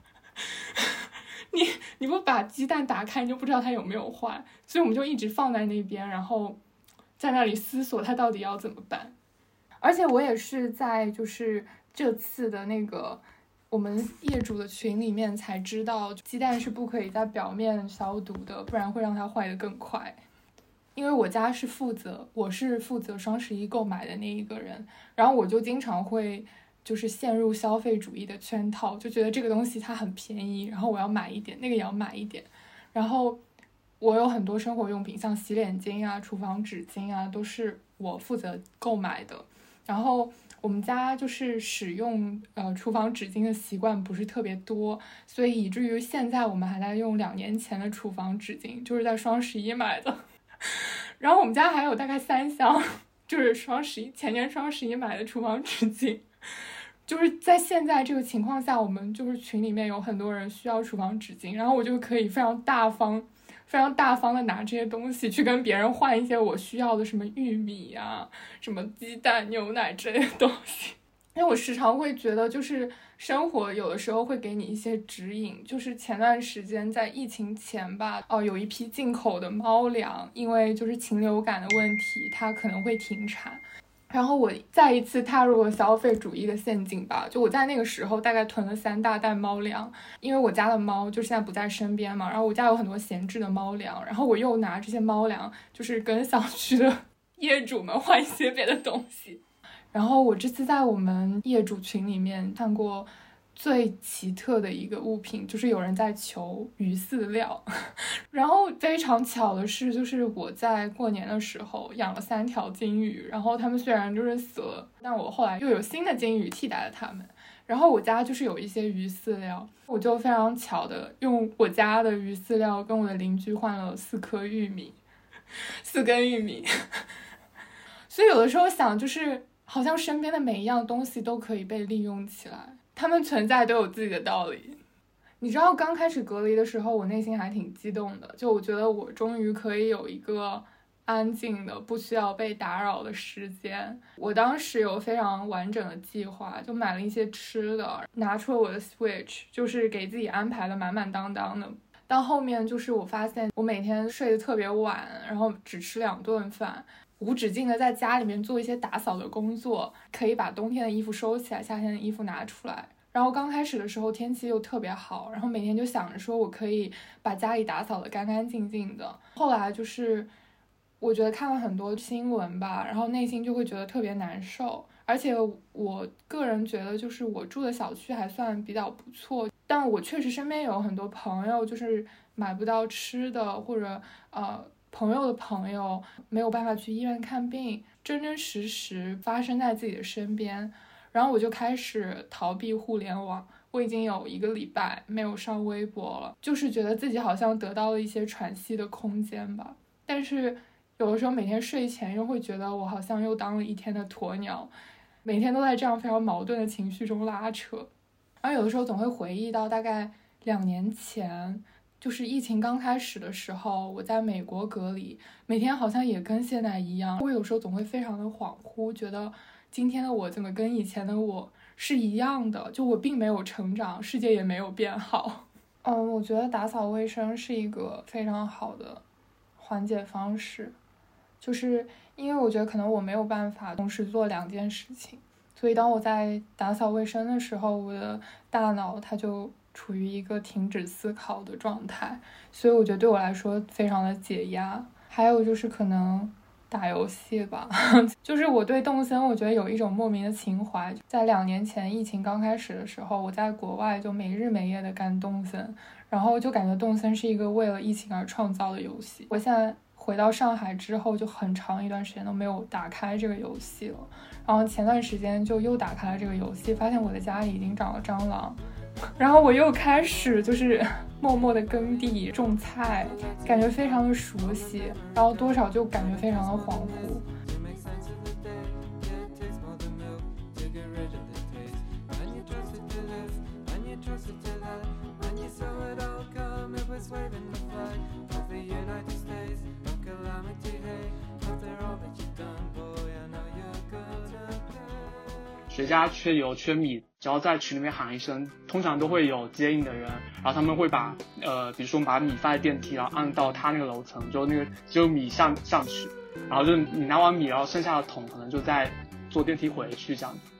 你你不把鸡蛋打开，你就不知道它有没有坏，所以我们就一直放在那边，然后在那里思索它到底要怎么办。而且我也是在就是这次的那个我们业主的群里面才知道，鸡蛋是不可以在表面消毒的，不然会让它坏得更快。因为我家是负责我是负责双十一购买的那一个人，然后我就经常会就是陷入消费主义的圈套，就觉得这个东西它很便宜，然后我要买一点，那个也要买一点。然后我有很多生活用品，像洗脸巾啊、厨房纸巾啊，都是我负责购买的。然后我们家就是使用呃厨房纸巾的习惯不是特别多，所以以至于现在我们还在用两年前的厨房纸巾，就是在双十一买的。然后我们家还有大概三箱，就是双十一前年双十一买的厨房纸巾。就是在现在这个情况下，我们就是群里面有很多人需要厨房纸巾，然后我就可以非常大方非常大方的拿这些东西去跟别人换一些我需要的什么玉米啊、什么鸡蛋、牛奶之类的东西。因为我时常会觉得就是生活有的时候会给你一些指引，就是前段时间在疫情前吧，哦，有一批进口的猫粮，因为就是禽流感的问题，它可能会停产。然后我再一次踏入了消费主义的陷阱吧，就我在那个时候大概囤了三大袋猫粮，因为我家的猫就现在不在身边嘛，然后我家有很多闲置的猫粮，然后我又拿这些猫粮就是跟小区的业主们换一些别的东西。然后我这次在我们业主群里面看过最奇特的一个物品，就是有人在求鱼饲料。然后非常巧的是，就是我在过年的时候养了三条金鱼，然后它们虽然就是死了，但我后来又有新的金鱼替代了它们。然后我家就是有一些鱼饲料，我就非常巧的用我家的鱼饲料跟我的邻居换了四颗玉米，四根玉米。所以有的时候想，就是好像身边的每一样东西都可以被利用起来，它们存在都有自己的道理。你知道刚开始隔离的时候，我内心还挺激动的，就我觉得我终于可以有一个安静的不需要被打扰的时间。我当时有非常完整的计划，就买了一些吃的，拿出了我的 Switch， 就是给自己安排的满满当当的。到后面就是我发现我每天睡得特别晚，然后只吃两顿饭，无止境的在家里面做一些打扫的工作，可以把冬天的衣服收起来，夏天的衣服拿出来。然后刚开始的时候天气又特别好，然后每天就想着说我可以把家里打扫得干干净净的。后来就是我觉得看了很多新闻吧，然后内心就会觉得特别难受。而且我个人觉得就是我住的小区还算比较不错，但我确实身边有很多朋友就是买不到吃的，或者呃朋友的朋友没有办法去医院看病，真真实实发生在自己的身边。然后我就开始逃避互联网，我已经有一个礼拜没有上微博了，就是觉得自己好像得到了一些喘息的空间吧。但是有的时候每天睡前又会觉得我好像又当了一天的鸵鸟，每天都在这样非常矛盾的情绪中拉扯。 然后有的时候总会回忆到大概两年前，就是疫情刚开始的时候，我在美国隔离，每天好像也跟现在一样，我有时候总会非常的恍惚，觉得今天的我怎么跟以前的我是一样的，就我并没有成长，世界也没有变好。嗯，我觉得打扫卫生是一个非常好的缓解方式，就是因为我觉得可能我没有办法同时做两件事情，所以当我在打扫卫生的时候，我的大脑它就处于一个停止思考的状态，所以我觉得对我来说非常的解压。还有就是可能打游戏吧，就是我对动森我觉得有一种莫名的情怀。在两年前疫情刚开始的时候，我在国外就没日没夜的干动森，然后就感觉动森是一个为了疫情而创造的游戏。我现在回到上海之后，就很长一段时间都没有打开这个游戏了，然后前段时间就又打开了这个游戏，发现我的家里已经长了蟑螂，然后我又开始就是默默的耕地种菜，感觉非常的熟悉，然后多少就感觉非常的恍惚。 谁家缺油缺米，只要在群里面喊一声，通常都会有接应的人，然后他们会把呃，比如说把米放在电梯，然后按到他那个楼层，就那个就米上上去，然后就你拿完米，然后剩下的桶可能就再坐电梯回去这样子。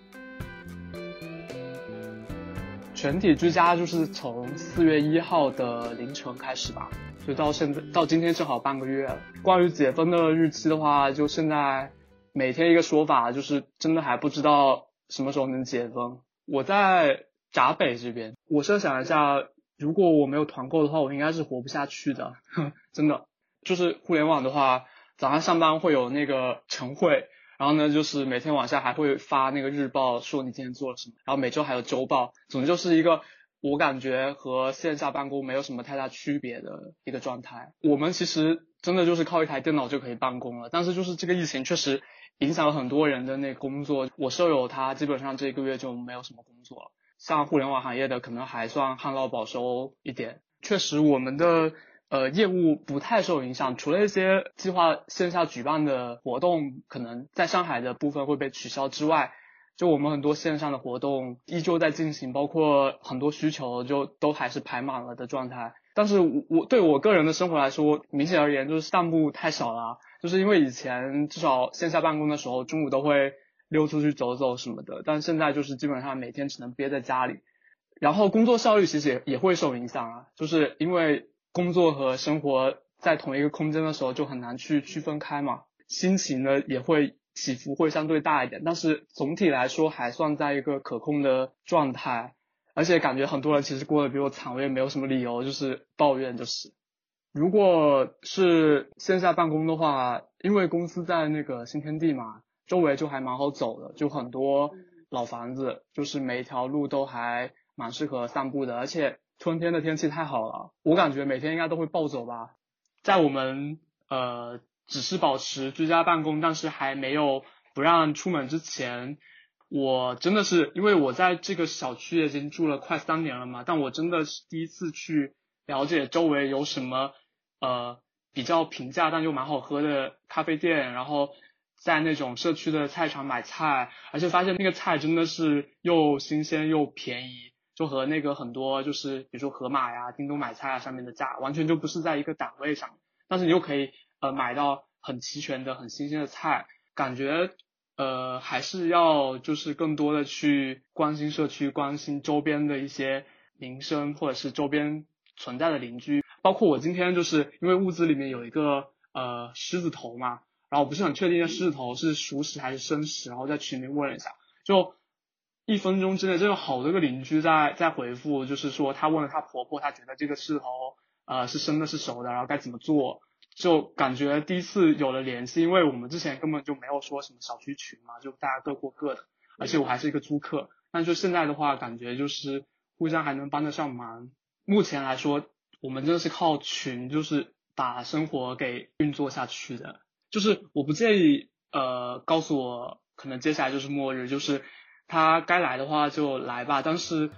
全体居家就是从四月一号的凌晨开始吧，就到现在到今天正好半个月了。关于解封的日期的话，就现在每天一个说法，就是真的还不知道什么时候能解封。我在闸北这边，我设想一下，如果我没有团购的话，我应该是活不下去的，真的。就是互联网的话，早上上班会有那个晨会，然后呢，就是每天晚上还会发那个日报，说你今天做了什么，然后每周还有周报，总之就是一个我感觉和线下办公没有什么太大区别的一个状态。我们其实真的就是靠一台电脑就可以办公了，但是就是这个疫情确实影响了很多人的那个工作。我舍友他基本上这个月就没有什么工作了，像互联网行业的可能还算旱涝保收一点。确实我们的呃，业务不太受影响，除了一些计划线下举办的活动可能在上海的部分会被取消之外，就我们很多线上的活动依旧在进行，包括很多需求就都还是排满了的状态。但是我对我个人的生活来说，明显而言就是散步太少了，就是因为以前至少线下办公的时候中午都会溜出去走走什么的，但现在就是基本上每天只能憋在家里，然后工作效率其实也也会受影响啊，就是因为工作和生活在同一个空间的时候就很难去区分开嘛，心情呢也会起伏会相对大一点，但是总体来说还算在一个可控的状态，而且感觉很多人其实过得比我惨，我也没有什么理由就是抱怨。就是如果是线下办公的话，因为公司在那个新天地嘛，周围就还蛮好走的，就很多老房子，就是每一条路都还蛮适合散步的，而且春天的天气太好了，我感觉每天应该都会暴走吧。在我们呃只是保持居家办公，但是还没有不让出门之前，我真的是因为我在这个小区已经住了快三年了嘛，但我真的是第一次去了解周围有什么呃比较平价但又蛮好喝的咖啡店，然后在那种社区的菜场买菜，而且发现那个菜真的是又新鲜又便宜，就和那个很多就是比如说盒马呀、叮咚买菜啊上面的价完全就不是在一个档位上，但是你又可以呃买到很齐全的很新鲜的菜，感觉呃还是要就是更多的去关心社区，关心周边的一些民生或者是周边存在的邻居。包括我今天就是因为屋子里面有一个呃狮子头嘛，然后我不是很确定那狮子头是熟食还是生食，然后在群里面问了一下，就一分钟之内真有好多个邻居在在回复，就是说她问了她婆婆，她觉得这个狮子头呃是生的是熟的，然后该怎么做，就感觉第一次有了联系，因为我们之前根本就没有说什么小区群嘛，就大家各过各的，而且我还是一个租客，但就现在的话感觉就是互相还能帮得上忙。目前来说我们真的是靠群就是把生活给运作下去的，就是我不介意呃告诉我可能接下来就是末日，就是他该来的话就来吧，但是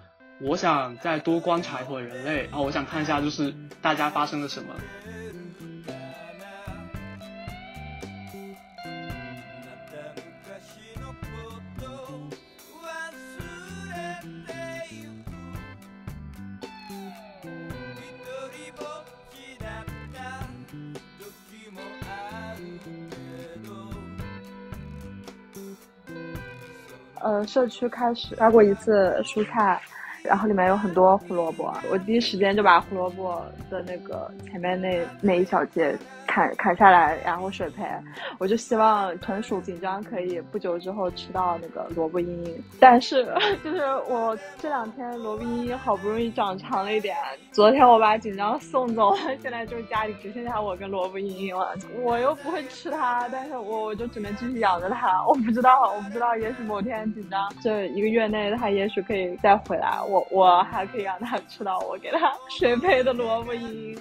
我想再多观察一会儿人类，然后我想看一下就是大家发生了什么。 呃，社区开始抓过一次蔬菜，然后里面有很多胡萝卜，我第一时间就把胡萝卜的那个前面那那一小节砍砍下来，然后水培。我就希望豚鼠紧张可以不久之后吃到那个萝卜缨缨，但是就是我这两天萝卜缨缨好不容易长长了一点，昨天我把紧张送走了，现在就是家里只剩下我跟萝卜缨缨了。我又不会吃它，但是我我就只能继续养着它。我不知道，我不知道，也许某天紧张这一个月内它也许可以再回来，我我还可以让它吃到我给它水培的萝卜缨缨。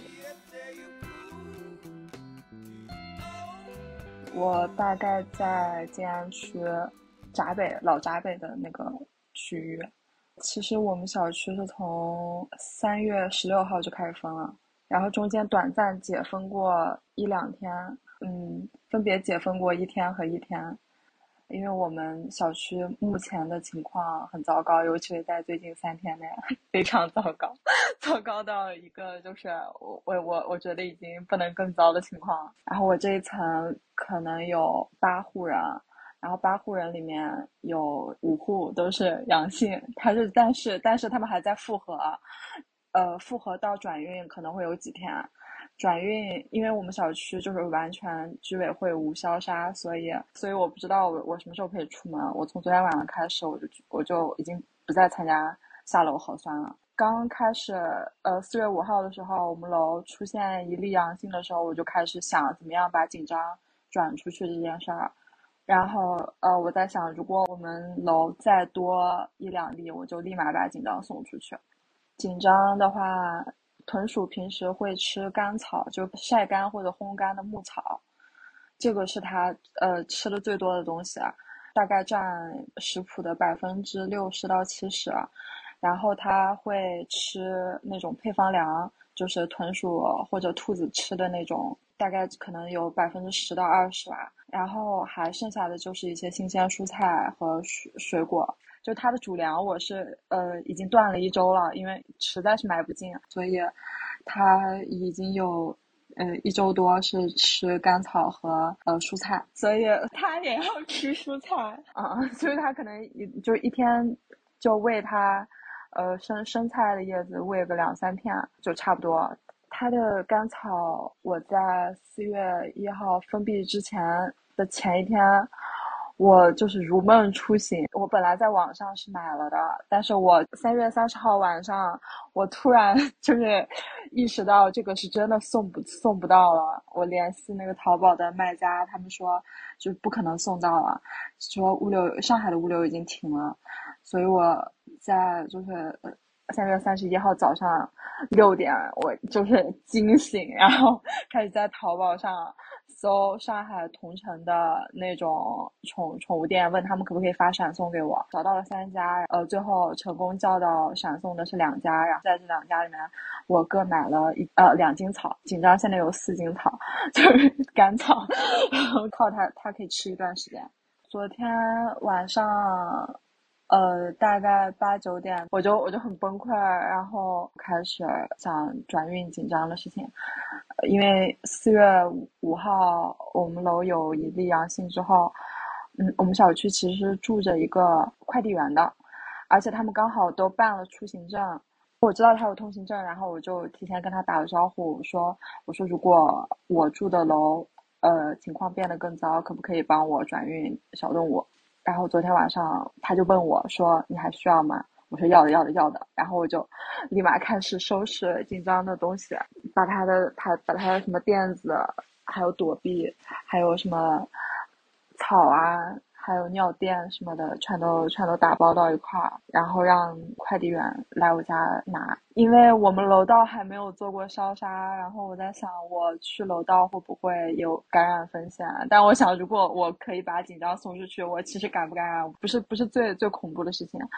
我大概在静安区闸北老闸北的那个区域。其实我们小区是从三月十六号就开始封了，然后中间短暂解封过一两天，嗯，分别解封过一天和一天。因为我们小区目前的情况很糟糕，尤其是在最近三天内非常糟糕，糟糕到一个就是我我我我觉得已经不能更糟的情况。然后我这一层可能有八户人，然后八户人里面有五户都是阳性，他是但是但是他们还在复核，呃，复核到转运可能会有几天。转运，因为我们小区就是完全居委会无消杀，所以所以我不知道我我什么时候可以出门。我从昨天晚上开始，我就我就已经不再参加下楼核酸了。刚开始，呃，四月五号的时候，我们楼出现一例阳性的时候，我就开始想怎么样把紧张转出去这件事儿。然后，呃，我在想，如果我们楼再多一两例，我就立马把紧张送出去。紧张的话，豚鼠平时会吃干草，就晒干或者烘干的牧草，这个是它呃吃的最多的东西，大概占食谱的百分之六十到七十。然后它会吃那种配方粮，就是豚鼠或者兔子吃的那种，大概可能有百分之十到二十吧。然后还剩下的就是一些新鲜蔬菜和水水果。就它的主粮我是呃已经断了一周了，因为实在是买不进，所以它已经有呃一周多是吃干草和呃蔬菜，所以它也要吃蔬菜啊、呃，所以它可能一就一天就喂它呃生生菜的叶子喂个两三片就差不多。它的干草我在四月一号封闭之前的前一天，我就是如梦初醒。我本来在网上是买了的，但是我三月三十号晚上，我突然就是意识到这个是真的送不送不到了。我联系那个淘宝的卖家，他们说就不可能送到了，说物流上海的物流已经停了。所以我在就是三月三十一号早上六点，我就是惊醒，然后开始在淘宝上搜上海同城的那种宠宠物店，问他们可不可以发闪送给我。找到了三家，呃，最后成功叫到闪送的是两家，然后在这两家里面，我各买了一呃两斤草，紧张现在有四斤草，就是干草，然后靠它它可以吃一段时间。昨天晚上。呃，大概八九点，我就我就很崩溃，然后开始想转运紧张的事情，因为四月五号我们楼有一例阳性之后，嗯，我们小区其实住着一个快递员的，而且他们刚好都办了出行证，我知道他有通行证，然后我就提前跟他打了招呼，我说我说如果我住的楼呃情况变得更糟，可不可以帮我转运小动物？然后昨天晚上他就问我说你还需要吗？我说要的要的要的。然后我就立马开始收拾紧张的东西，把他的他把他的什么垫子还有躲避还有什么草啊还有尿垫什么的全都全都打包到一块儿，然后让快递员来我家拿。因为我们楼道还没有做过消杀，然后我在想我去楼道会不会有感染风险，但我想如果我可以把紧张送出去，我其实感不感染不是不是最最恐怖的事情。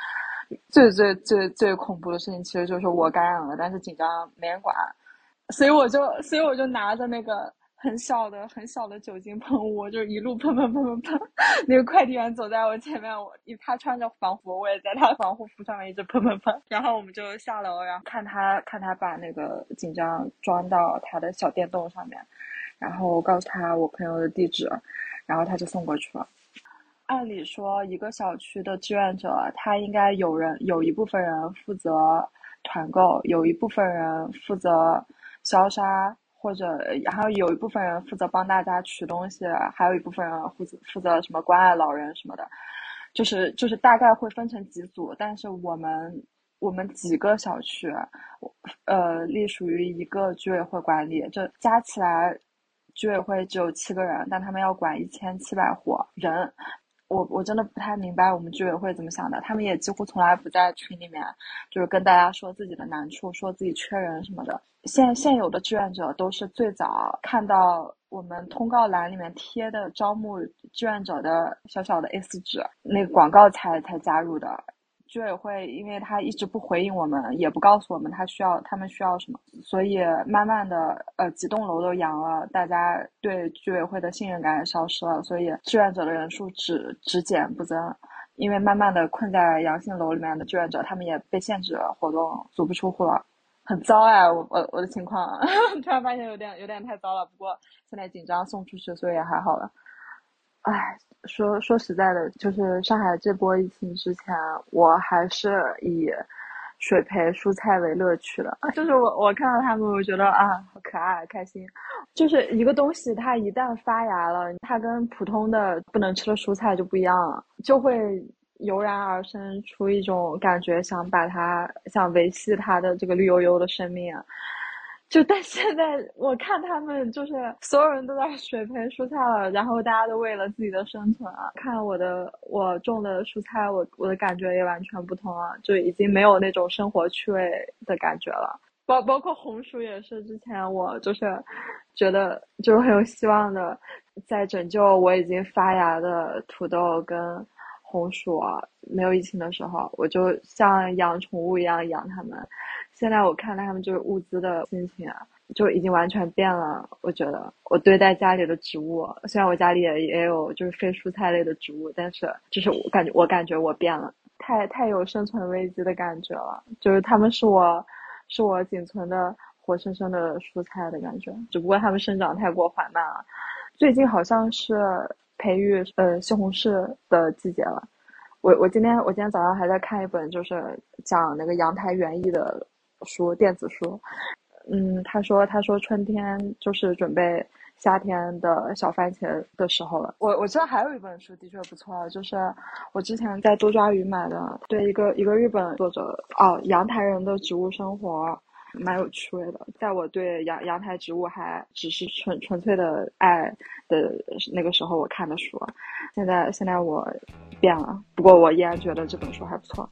最最最最恐怖的事情其实就是我感染了，但是紧张没人管，所以我就所以我就拿着那个很小的很小的酒精喷雾，就一路喷喷喷喷喷。那个快递员走在我前面，我他穿着防护，我也在他的防护服上面一直喷喷喷。然后我们就下楼，然后看他看他把那个紧张装到他的小电动上面，然后告诉他我朋友的地址，然后他就送过去了。按理说，一个小区的志愿者，他应该有人有一部分人负责团购，有一部分人负责消杀，或者还有有一部分人负责帮大家取东西，还有一部分人负责负责什么关爱老人什么的，就是就是大概会分成几组，但是我们我们几个小区，呃，隶属于一个居委会管理，这加起来居委会只有七个人，但他们要管一千七百户人。我我真的不太明白我们居委会怎么想的，他们也几乎从来不在群里面就是跟大家说自己的难处，说自己缺人什么的。现现有的志愿者都是最早看到我们通告栏里面贴的招募志愿者的小小的 A 四 纸那个广告才才加入的。居委会因为他一直不回应我们，也不告诉我们他需要他们需要什么，所以慢慢的呃几栋楼都阳了，大家对居委会的信任感也消失了，所以志愿者的人数只只减不增。因为慢慢的困在阳性楼里面的志愿者，他们也被限制了活动，足不出户了，很糟哎，我我我的情况突然发现有点有点太糟了，不过现在紧张送出去，所以也还好了。哎，说说实在的，就是上海这波疫情之前，我还是以水培蔬菜为乐趣的。就是我我看到他们，我觉得啊，好可爱，开心。就是一个东西，它一旦发芽了，它跟普通的不能吃的蔬菜就不一样了，就会油然而生出一种感觉，想把它想维系它的这个绿油油的生命啊。就但现在我看他们就是所有人都在水培蔬菜了，然后大家都为了自己的生存啊。看我的我种的蔬菜，我我的感觉也完全不同啊，就已经没有那种生活趣味的感觉了。包包括红薯也是，之前我就是觉得就是很有希望的，在拯救我已经发芽的土豆跟红薯啊，没有疫情的时候，我就像养宠物一样养它们。现在我看他们就是物资的心情啊，就已经完全变了。我觉得我对待家里的植物，虽然我家里也也有就是非蔬菜类的植物，但是就是我感觉我感觉我变了，太太有生存危机的感觉了。就是他们是我是我仅存的活生生的蔬菜的感觉，只不过它们生长太过缓慢了。最近好像是培育呃西红柿的季节了。我我今天我今天早上还在看一本就是讲那个阳台园艺的书，电子书。嗯，他说他说春天就是准备夏天的小番茄的时候了。我我知道还有一本书的确不错，就是我之前在多抓鱼买的，对一个一个日本作者哦，阳台人的植物生活，蛮有趣味的。在我对阳阳台植物还只是纯纯粹的爱的那个时候，我看的书，现在现在我变了，不过我依然觉得这本书还不错。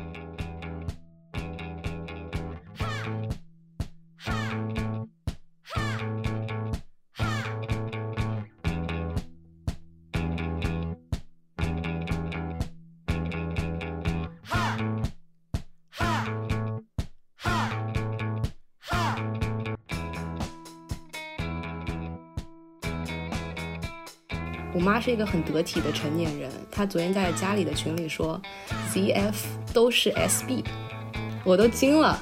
我妈是一个很得体的成年人，她昨天在家里的群里说 Z F 都是 S B， 我都惊了。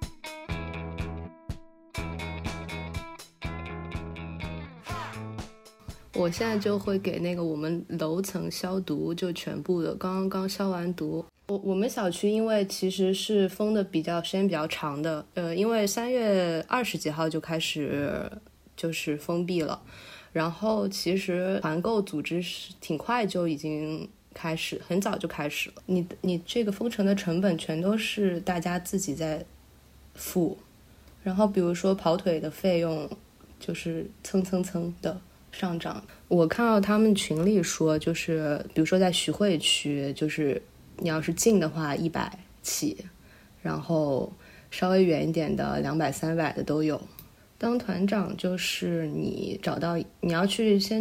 我现在就会给那个我们楼层消毒，就全部的刚刚消完毒。我我们小区因为其实是封的比较时间比较长的，呃，因为三月二十几号就开始就是封闭了。然后其实团购组织是挺快就已经开始，很早就开始了。你你这个封城的成本全都是大家自己在付，然后比如说跑腿的费用就是蹭蹭蹭的上涨。我看到他们群里说，就是比如说在徐汇区，就是你要是近的话一百起，然后稍微远一点的两百三百的都有。当团长就是你找到你要去先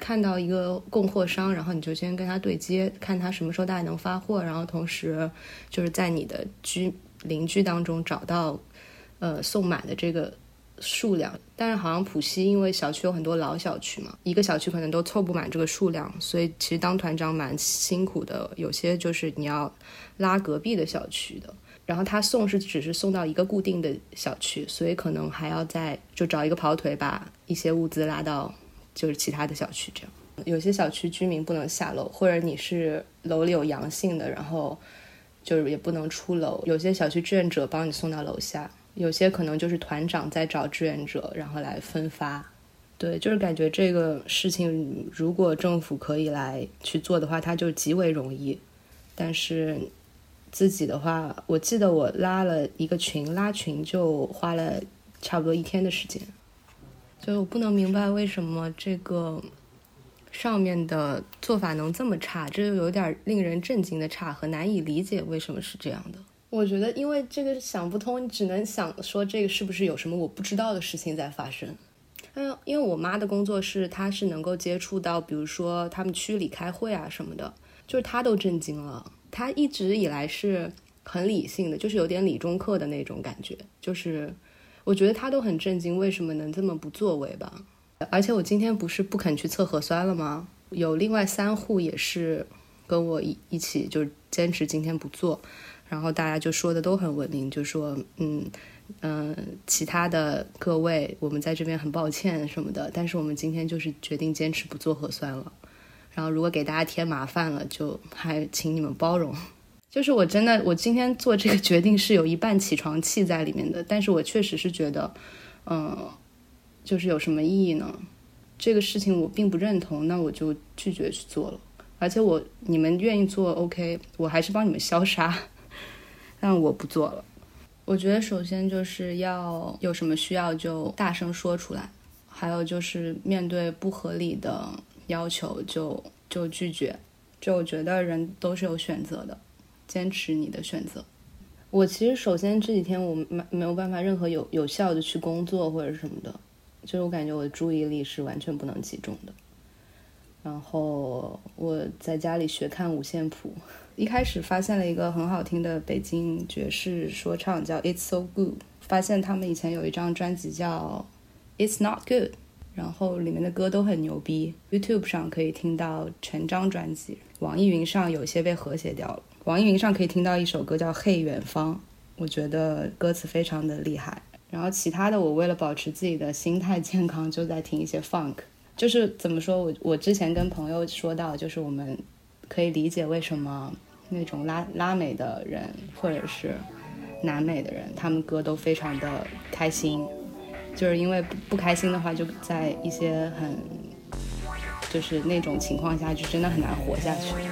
看到一个供货商，然后你就先跟他对接，看他什么时候大概能发货，然后同时就是在你的居邻居当中找到呃送满的这个数量。但是好像浦西因为小区有很多老小区嘛，一个小区可能都凑不满这个数量，所以其实当团长蛮辛苦的，有些就是你要拉隔壁的小区的，然后他送是只是送到一个固定的小区，所以可能还要再就找一个跑腿把一些物资拉到就是其他的小区。这样有些小区居民不能下楼，或者你是楼里有阳性的，然后就是也不能出楼，有些小区志愿者帮你送到楼下，有些可能就是团长在找志愿者然后来分发。对，就是感觉这个事情如果政府可以来去做的话，它就极为容易。但是自己的话，我记得我拉了一个群，拉群就花了差不多一天的时间。就我不能明白为什么这个上面的做法能这么差，这就有点令人震惊的差和难以理解为什么是这样的。我觉得因为这个想不通，你只能想说这个是不是有什么我不知道的事情在发生。嗯，因为我妈的工作是她是能够接触到比如说他们区里开会啊什么的，就是她都震惊了。她一直以来是很理性的，就是有点理中客的那种感觉，就是我觉得她都很震惊为什么能这么不作为吧。而且我今天不是不肯去测核酸了吗？有另外三户也是跟我一一起就坚持今天不做，然后大家就说的都很文明，就说嗯嗯、呃，其他的各位我们在这边很抱歉什么的，但是我们今天就是决定坚持不做核酸了，然后如果给大家添麻烦了就还请你们包容。就是我真的我今天做这个决定是有一半起床气在里面的，但是我确实是觉得嗯、呃就是有什么意义呢？这个事情我并不认同，那我就拒绝去做了。而且我你们愿意做 OK， 我还是帮你们消杀，但我不做了。我觉得首先就是要有什么需要就大声说出来，还有就是面对不合理的要求就就拒绝。就我觉得人都是有选择的，坚持你的选择。我其实首先这几天我没没有办法任何有有效的去工作或者什么的，就是我感觉我的注意力是完全不能集中的。然后我在家里学看五线谱，一开始发现了一个很好听的北京爵士说唱叫 It's So Good， 发现他们以前有一张专辑叫 It's Not Good， 然后里面的歌都很牛逼， YouTube 上可以听到全张专辑，网易云上有些被和谐掉了，网易云上可以听到一首歌叫嘿远方，我觉得歌词非常的厉害。然后其他的我为了保持自己的心态健康就在听一些 funk， 就是怎么说，我我之前跟朋友说到，就是我们可以理解为什么那种拉拉美的人或者是南美的人他们歌都非常的开心，就是因为不不开心的话就在一些很就是那种情况下就真的很难活下去。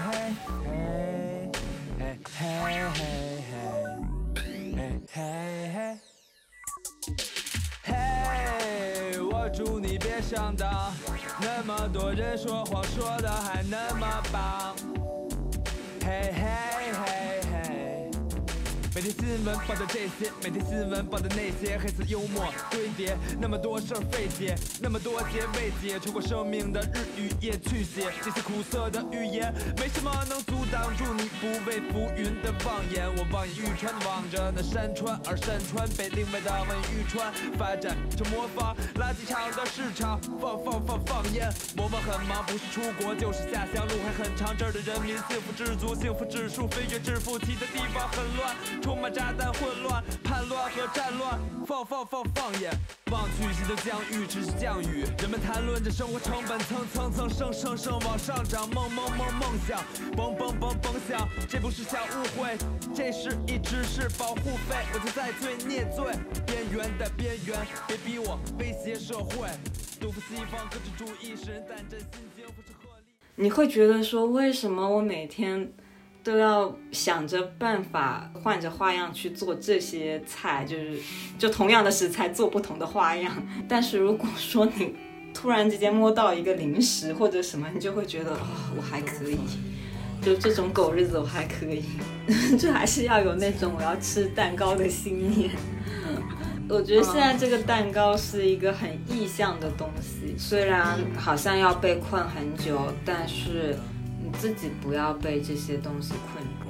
嘿，我祝你别上当，那么多人说谎说的还那么棒。嘿嘿嘿嘿，每天新闻报的这些，每天新闻报的那些，黑色幽默堆叠，那么多事儿费解，那么多结未解，穿过生命的日与夜去写这些苦涩的语言，没什么能阻挡住你不畏浮云的望眼。我望眼欲穿地望着那山川，而山川被另外的望眼欲穿发展成模仿垃圾场的市场，放放放放烟。我们很忙，不是出国就是下乡，路还很长，这儿的人民幸福知足，幸福指数飞跃致富，其的地方很乱，充满炸弹混乱、叛乱和战乱，放放放放眼，望去心头降雨，只是降雨。人们谈论着生活成本层层层升升升往上涨，梦梦梦梦想，蹦蹦蹦蹦响，这不是小误会，这是一直是保护费。我就在最孽罪边缘的边缘，别逼我威胁社会。杜甫西方各种主义使人胆战心惊，不是合理。 你会觉得说，为什么我每天都要想着办法换着花样去做这些菜，就是就同样的食材做不同的花样。但是如果说你突然之间摸到一个零食或者什么，你就会觉得、哦、我还可以，就这种狗日子我还可以就还是要有那种我要吃蛋糕的信念。 我觉得现在这个蛋糕是一个很意象的东西，虽然好像要被困很久，但是你自己不要被这些东西困住。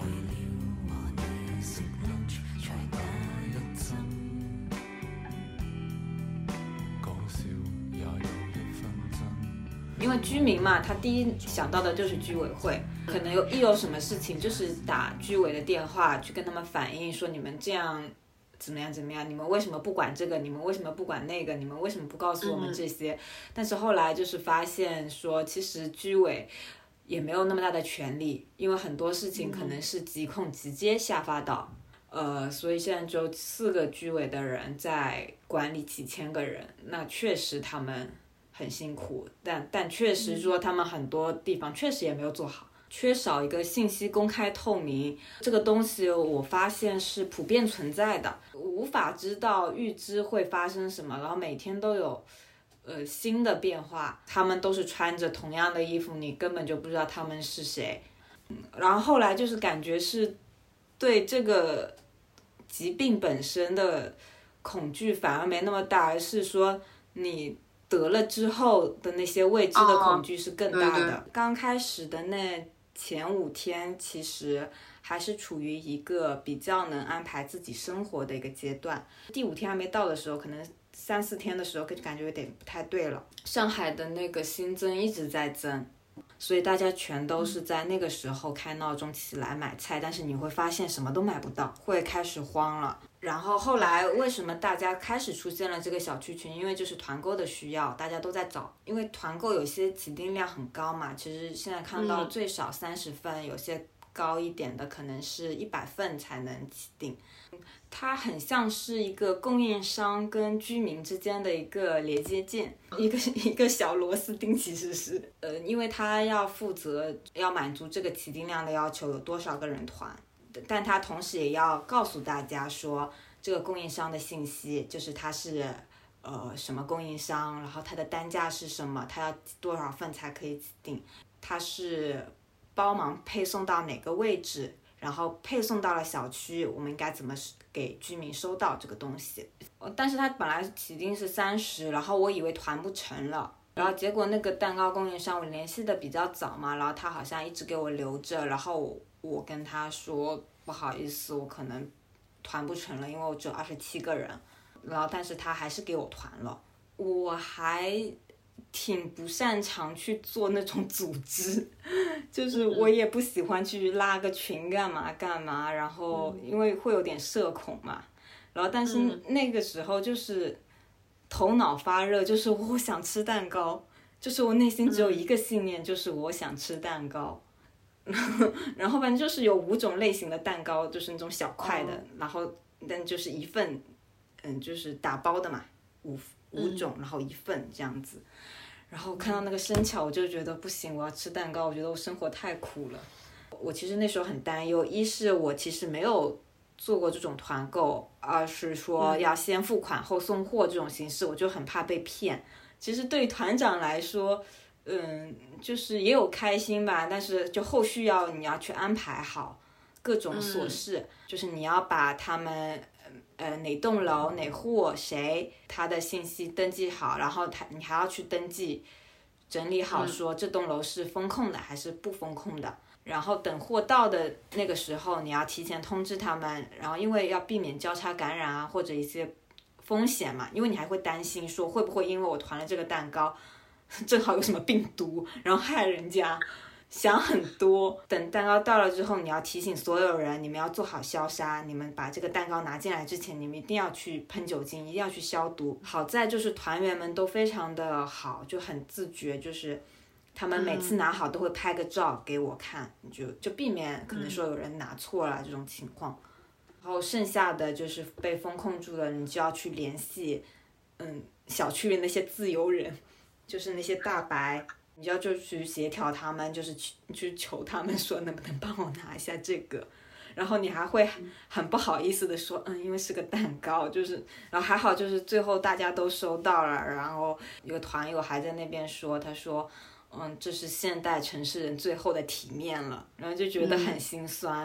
因为居民嘛，他第一想到的就是居委会，可能有一有什么事情，就是打居委的电话去跟他们反映说你们这样怎么样怎么样，你们为什么不管这个，你们为什么不管那个，你们为什么不告诉我们这些、嗯、但是后来就是发现说其实居委也没有那么大的权利，因为很多事情可能是疾控直接下发到、嗯、呃，所以现在只有四个居委的人在管理几千个人，那确实他们很辛苦，但但确实说他们很多地方确实也没有做好，缺少一个信息公开透明，这个东西我发现是普遍存在的，无法知道预知会发生什么，然后每天都有呃新的变化，他们都是穿着同样的衣服，你根本就不知道他们是谁。嗯，然后后来就是感觉是对这个疾病本身的恐惧反而没那么大，而是说你得了之后的那些未知的恐惧是更大的。哦、刚开始的那前五天其实还是处于一个比较能安排自己生活的一个阶段，第五天还没到的时候，可能三四天的时候就感觉有点不太对了。上海的那个新增一直在增，所以大家全都是在那个时候开闹钟起来买菜，但是你会发现什么都买不到，会开始慌了。然后后来为什么大家开始出现了这个小区群，因为就是团购的需要，大家都在找，因为团购有些起订量很高嘛，其实现在看到最少三十份、嗯、有些高一点的可能是一百份才能起订。它很像是一个供应商跟居民之间的一个连接件，一个一个小螺丝钉，其实是呃，因为它要负责要满足这个起订量的要求，有多少个人团，但它同时也要告诉大家说这个供应商的信息，就是它是呃什么供应商，然后它的单价是什么，它要多少份才可以起订，它是帮忙配送到哪个位置，然后配送到了小区，我们应该怎么给居民收到这个东西。但是他本来起订是三十，然后我以为团不成了，然后结果那个蛋糕供应商我联系的比较早嘛，然后他好像一直给我留着，然后我跟他说不好意思，我可能团不成了，因为我只有二十七个人，然后但是他还是给我团了。我还挺不擅长去做那种组织，就是我也不喜欢去拉个群干嘛干嘛，然后因为会有点社恐嘛，然后但是那个时候就是头脑发热，就是我想吃蛋糕，就是我内心只有一个信念，就是我想吃蛋糕。然后反正就是有五种类型的蛋糕，就是那种小块的，然后但就是一份，嗯，就是打包的嘛，五五种，然后一份这样子。然后看到那个生巧，我就觉得不行，我要吃蛋糕，我觉得我生活太苦了。我其实那时候很担忧，一是我其实没有做过这种团购，二是说要先付款后送货这种形式，我就很怕被骗。其实对于团长来说，嗯，就是也有开心吧，但是就后续要你要去安排好各种琐事、嗯、就是你要把他们呃哪栋楼哪户谁他的信息登记好，然后他你还要去登记整理好说这栋楼是封控的还是不封控的、嗯、然后等货到的那个时候你要提前通知他们，然后因为要避免交叉感染啊或者一些风险嘛，因为你还会担心说会不会因为我团了这个蛋糕正好有什么病毒然后害人家，想很多。等蛋糕到了之后你要提醒所有人，你们要做好消杀，你们把这个蛋糕拿进来之前你们一定要去喷酒精，一定要去消毒。好在就是团员们都非常的好，就很自觉，就是他们每次拿好都会拍个照给我看，嗯、就就避免可能说有人拿错了这种情况。然后剩下的就是被封控住了，你就要去联系嗯小区里那些自由人，就是那些大白，你就要就去协调他们，就是去去求他们说能不能帮我拿一下这个，然后你还会很不好意思的说嗯因为是个蛋糕，就是然后还好就是最后大家都收到了，然后有个团友还在那边说，他说嗯这是现代城市人最后的体面了，然后就觉得很心酸、嗯、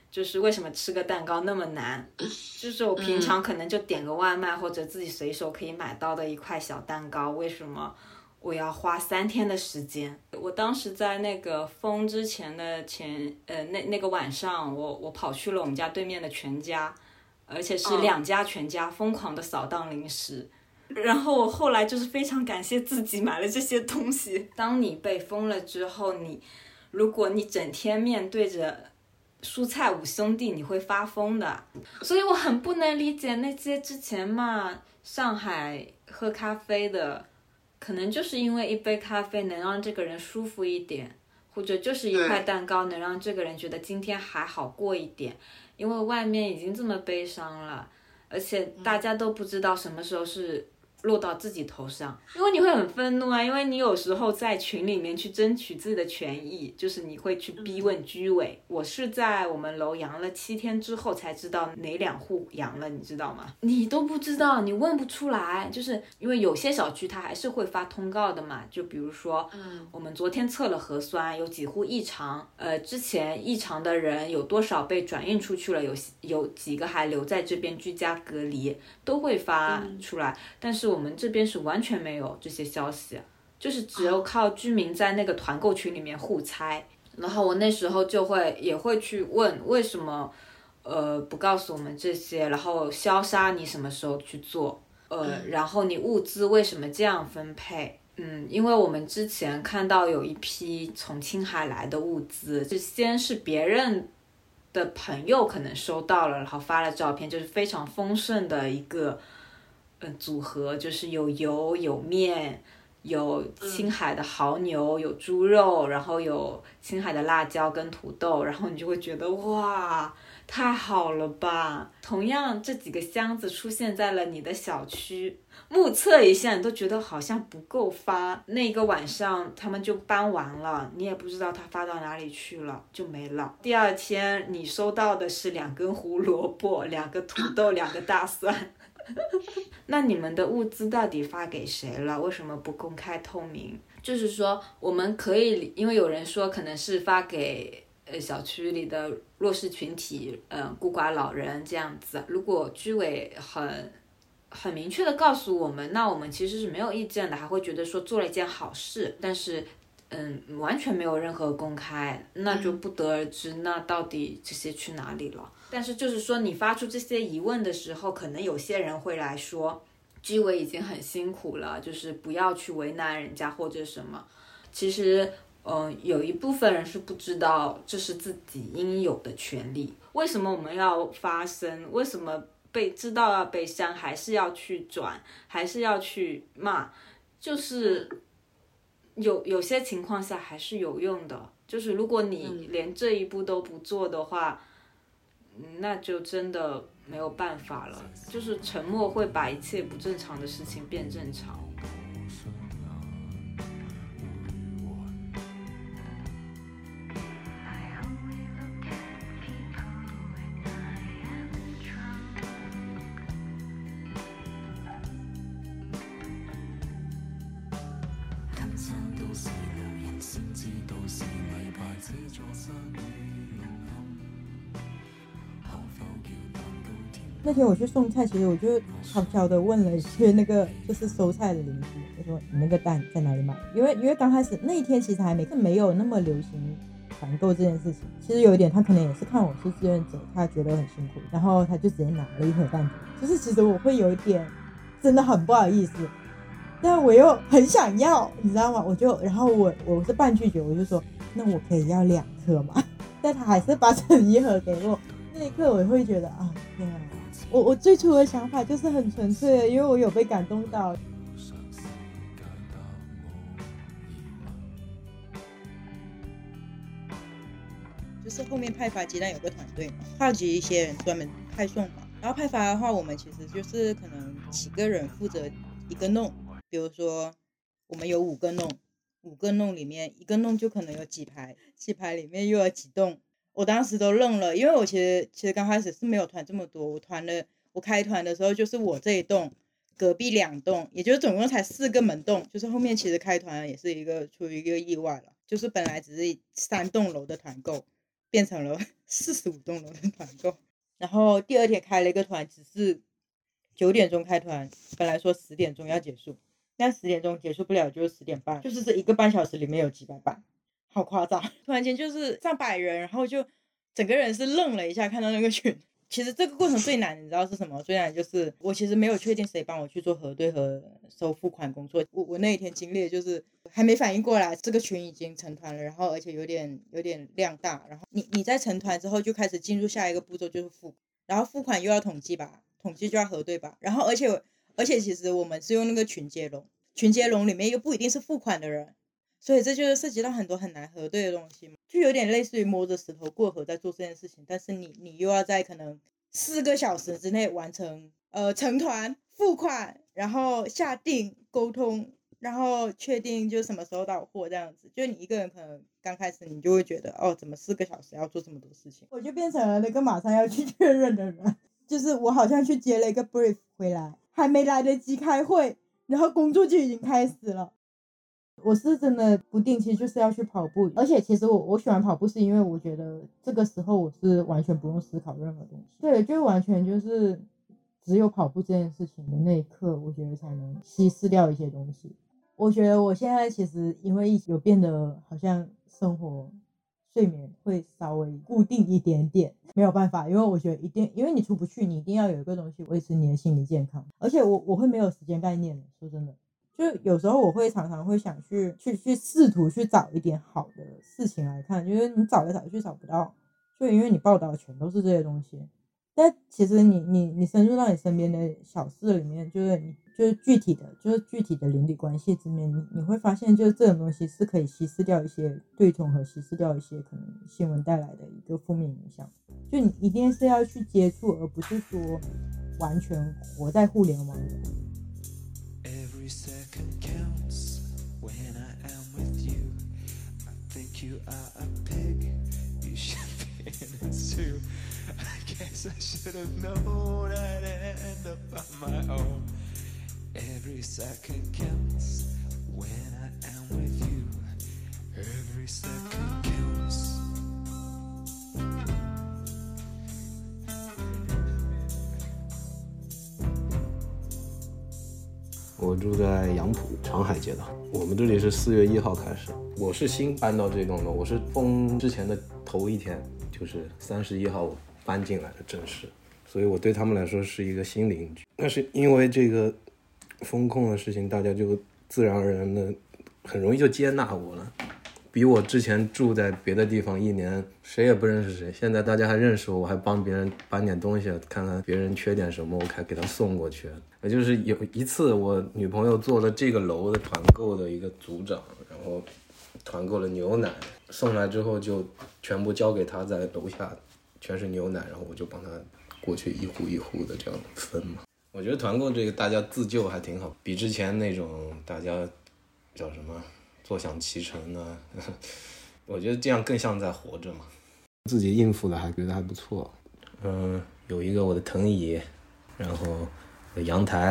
就是为什么吃个蛋糕那么难？就是我平常可能就点个外卖或者自己随手可以买到的一块小蛋糕，为什么我要花三天的时间？我当时在那个封之前的前呃那那个晚上，我我跑去了我们家对面的全家，而且是两家全家，疯狂的扫荡零食。然后我后来就是非常感谢自己买了这些东西。当你被封了之后，你如果你整天面对着蔬菜五兄弟，你会发疯的。所以我很不能理解那些之前骂上海喝咖啡的，可能就是因为一杯咖啡能让这个人舒服一点，或者就是一块蛋糕能让这个人觉得今天还好过一点，因为外面已经这么悲伤了，而且大家都不知道什么时候是落到自己头上，因为你会很愤怒啊，因为你有时候在群里面去争取自己的权益，就是你会去逼问居委。我是在我们楼阳了七天之后才知道哪两户阳了，你知道吗？你都不知道，你问不出来，就是因为有些小区它还是会发通告的嘛，就比如说，嗯，我们昨天测了核酸，有几户异常，呃，之前异常的人有多少被转运出去了，有有几个还留在这边居家隔离，都会发出来，嗯，但是我们这边是完全没有这些消息，就是只有靠居民在那个团购群里面互猜。然后我那时候就会也会去问为什么呃不告诉我们这些，然后消杀你什么时候去做，呃然后你物资为什么这样分配。嗯，因为我们之前看到有一批从青海来的物资，就先是别人的朋友可能收到了，然后发了照片，就是非常丰盛的一个嗯，组合，就是有油有面，有青海的牦牛，有猪肉，然后有青海的辣椒跟土豆，然后你就会觉得哇，太好了吧。同样这几个箱子出现在了你的小区，目测一下你都觉得好像不够发，那个晚上他们就搬完了，你也不知道他发到哪里去了，就没了。第二天你收到的是两根胡萝卜，两个土豆，两个大蒜。那你们的物资到底发给谁了？为什么不公开透明？就是说我们可以，因为有人说可能是发给呃小区里的弱势群体，呃孤寡老人这样子。如果居委很很明确的告诉我们，那我们其实是没有意见的，还会觉得说做了一件好事。但是嗯，完全没有任何公开，那就不得而知，那到底这些去哪里了？但是就是说你发出这些疑问的时候，可能有些人会来说居委已经很辛苦了，就是不要去为难人家或者什么。其实嗯，有一部分人是不知道这是自己应有的权利。为什么我们要发声？为什么被知道要被删还是要去转，还是要去骂？就是有有些情况下还是有用的，就是如果你连这一步都不做的话，那就真的没有办法了。就是沉默会把一切不正常的事情变正常。 那天我去送菜，其实我就悄悄的问了一句那个就是收菜的邻居，我说你那个蛋在哪里买？因为因为刚开始那一天其实还没没有那么流行团购这件事情，其实有一点他可能也是看我是志愿者，他觉得很辛苦，然后他就直接拿了一盒蛋给我，就是其实我会有一点真的很不好意思，但我又很想要，你知道吗？我就然后我我是半拒绝，我就说那我可以要两颗吗？但他还是把整一盒给我，那一刻我会觉得啊天啊！我我最初的想法就是很纯粹的，因为我有被感动到。就是后面派发鸡蛋有个团队嘛，召集一些人专门派送嘛。然后派发的话，我们其实就是可能几个人负责一个弄，比如说我们有五个弄，五个弄里面一个弄就可能有几排，几排里面又有几栋。我当时都愣了，因为我其实其实刚开始是没有团这么多，我团的我开团的时候就是我这一栋，隔壁两栋，也就是总共才四个门栋，就是后面其实开团也是一个出于一个意外了，就是本来只是三栋楼的团购， 变成了四十五栋楼的团购。然后第二天开了一个团，只是九点钟开团，本来说十点钟要结束，但十点钟结束不了，就是十点半，就是这一个半小时里面有几百版，好夸张！突然间就是上百人，然后就整个人是愣了一下，看到那个群。其实这个过程最难，你知道是什么？最难就是我其实没有确定谁帮我去做核对和收付款工作。我我那一天经历的就是还没反应过来，这个群已经成团了，然后而且有点有点量大，然后你你在成团之后就开始进入下一个步骤，就是付，然后付款又要统计吧，统计就要核对吧，然后而且而且其实我们是用那个群接龙，群接龙里面又不一定是付款的人。所以这就是涉及到很多很难核对的东西嘛，就有点类似于摸着石头过河在做这件事情，但是你你又要在可能四个小时之内完成呃成团付款，然后下定沟通，然后确定就什么时候到货这样子。就你一个人可能刚开始你就会觉得哦，怎么四个小时要做这么多事情，我就变成了那个马上要去确认的人，就是我好像去接了一个 brief 回来，还没来得及开会，然后工作就已经开始了。我是真的不定期就是要去跑步，而且其实我我喜欢跑步是因为我觉得这个时候我是完全不用思考任何东西，对，就完全就是只有跑步这件事情的那一刻，我觉得才能稀释掉一些东西。我觉得我现在其实因为有变得好像生活睡眠会稍微固定一点点，没有办法，因为我觉得一定，因为你出不去，你一定要有一个东西维持你的心理健康，而且我我会没有时间概念，说真的。就有时候我会常常会想去去去试图去找一点好的事情来看，就是你找来找去找不到，就因为你报道全都是这些东西。但其实你你你深入到你身边的小事里面，就是你就是具体的就是具体的邻里关系之面，你你会发现就是这种东西是可以稀释掉一些对冲和稀释掉一些可能新闻带来的一个负面影响。就你一定是要去接触，而不是说完全活在互联网里。 Every second counts when I am with you. I think you are a pig, you should be in a zoo. I guess I should have known I'd end up on my own. Every second counts when I am with you. Every second counts. 我住在杨浦长海街道，我们这里是四月一号开始，我是新搬到这栋楼，我是封之前的头一天，就是三十一号我搬进来的正式，所以我对他们来说是一个新邻居。但是因为这个风控的事情，大家就自然而然的很容易就接纳我了，比我之前住在别的地方一年谁也不认识谁，现在大家还认识我，我还帮别人搬点东西，看看别人缺点什么我还给他送过去。也就是有一次我女朋友做了这个楼的团购的一个组长，然后团购了牛奶，送来之后就全部交给他，在楼下全是牛奶，然后我就帮他过去一壶一壶的这样分嘛。我觉得团购这个大家自救还挺好，比之前那种大家叫什么坐享其成啊我觉得这样更像在活着嘛，自己应付的还觉得还不错。嗯，有一个我的藤椅，然后有阳台，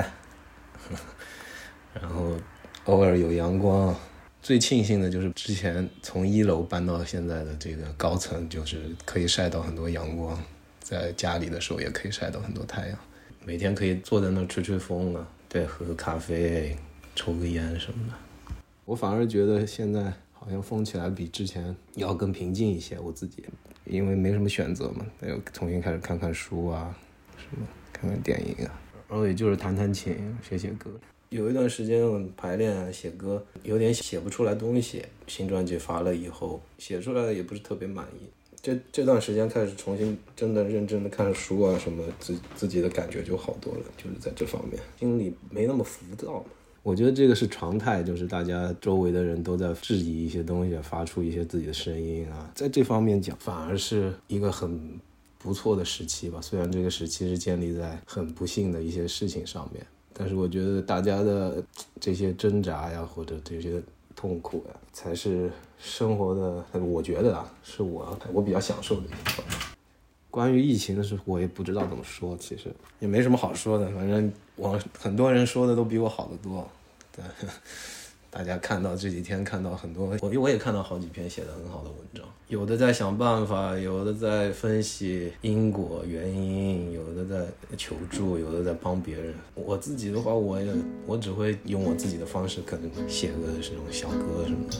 然后偶尔有阳光。最庆幸的就是之前从一楼搬到现在的这个高层，就是可以晒到很多阳光，在家里的时候也可以晒到很多太阳，每天可以坐在那吹吹风啊，对，喝个咖啡，抽个烟什么的。我反而觉得现在好像疯起来比之前要更平静一些，我自己因为没什么选择嘛，又重新开始看看书啊，什么看看电影啊，然后也就是弹弹琴写写歌。有一段时间我排练写歌有点写不出来东西，新专辑发了以后写出来的也不是特别满意，这这段时间开始重新真的认真的看书啊什么，自自己的感觉就好多了，就是在这方面心里没那么浮躁。我觉得这个是常态，就是大家周围的人都在质疑一些东西，发出一些自己的声音啊，在这方面讲反而是一个很不错的时期吧，虽然这个时期是建立在很不幸的一些事情上面，但是我觉得大家的这些挣扎呀或者这些痛苦呀才是生活的，我觉得啊是我我比较享受的一部分。关于疫情的事我也不知道怎么说，其实也没什么好说的，反正我很多人说的都比我好得多，对， 大家看到这几天看到很多，我我也看到好几篇写的很好的文章，有的在想办法，有的在分析因果原因，有的在求助，有的在帮别人。我自己的话，我也我只会用我自己的方式，可能写个这种小歌什么的。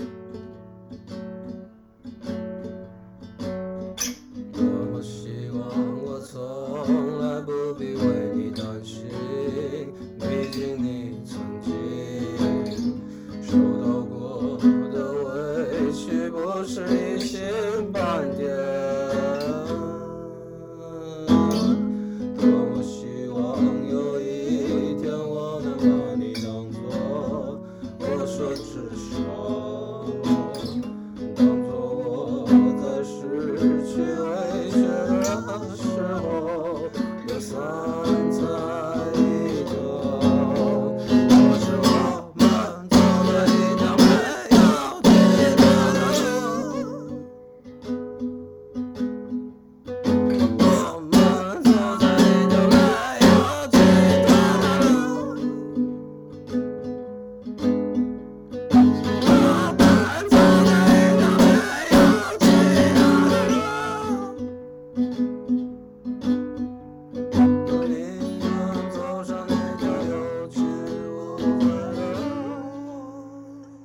我希望我从来不必为你担心，毕竟你曾经受到过的委屈不是一星半点，多么希望有一天我能把你当作我说至少当作我在失去委屈的时候有散在一头，我是我们走的一条没有尽头的路，我们走在一条没有尽头的路，我们走在一条没有尽头的路，我宁愿走上那条有去无回的路。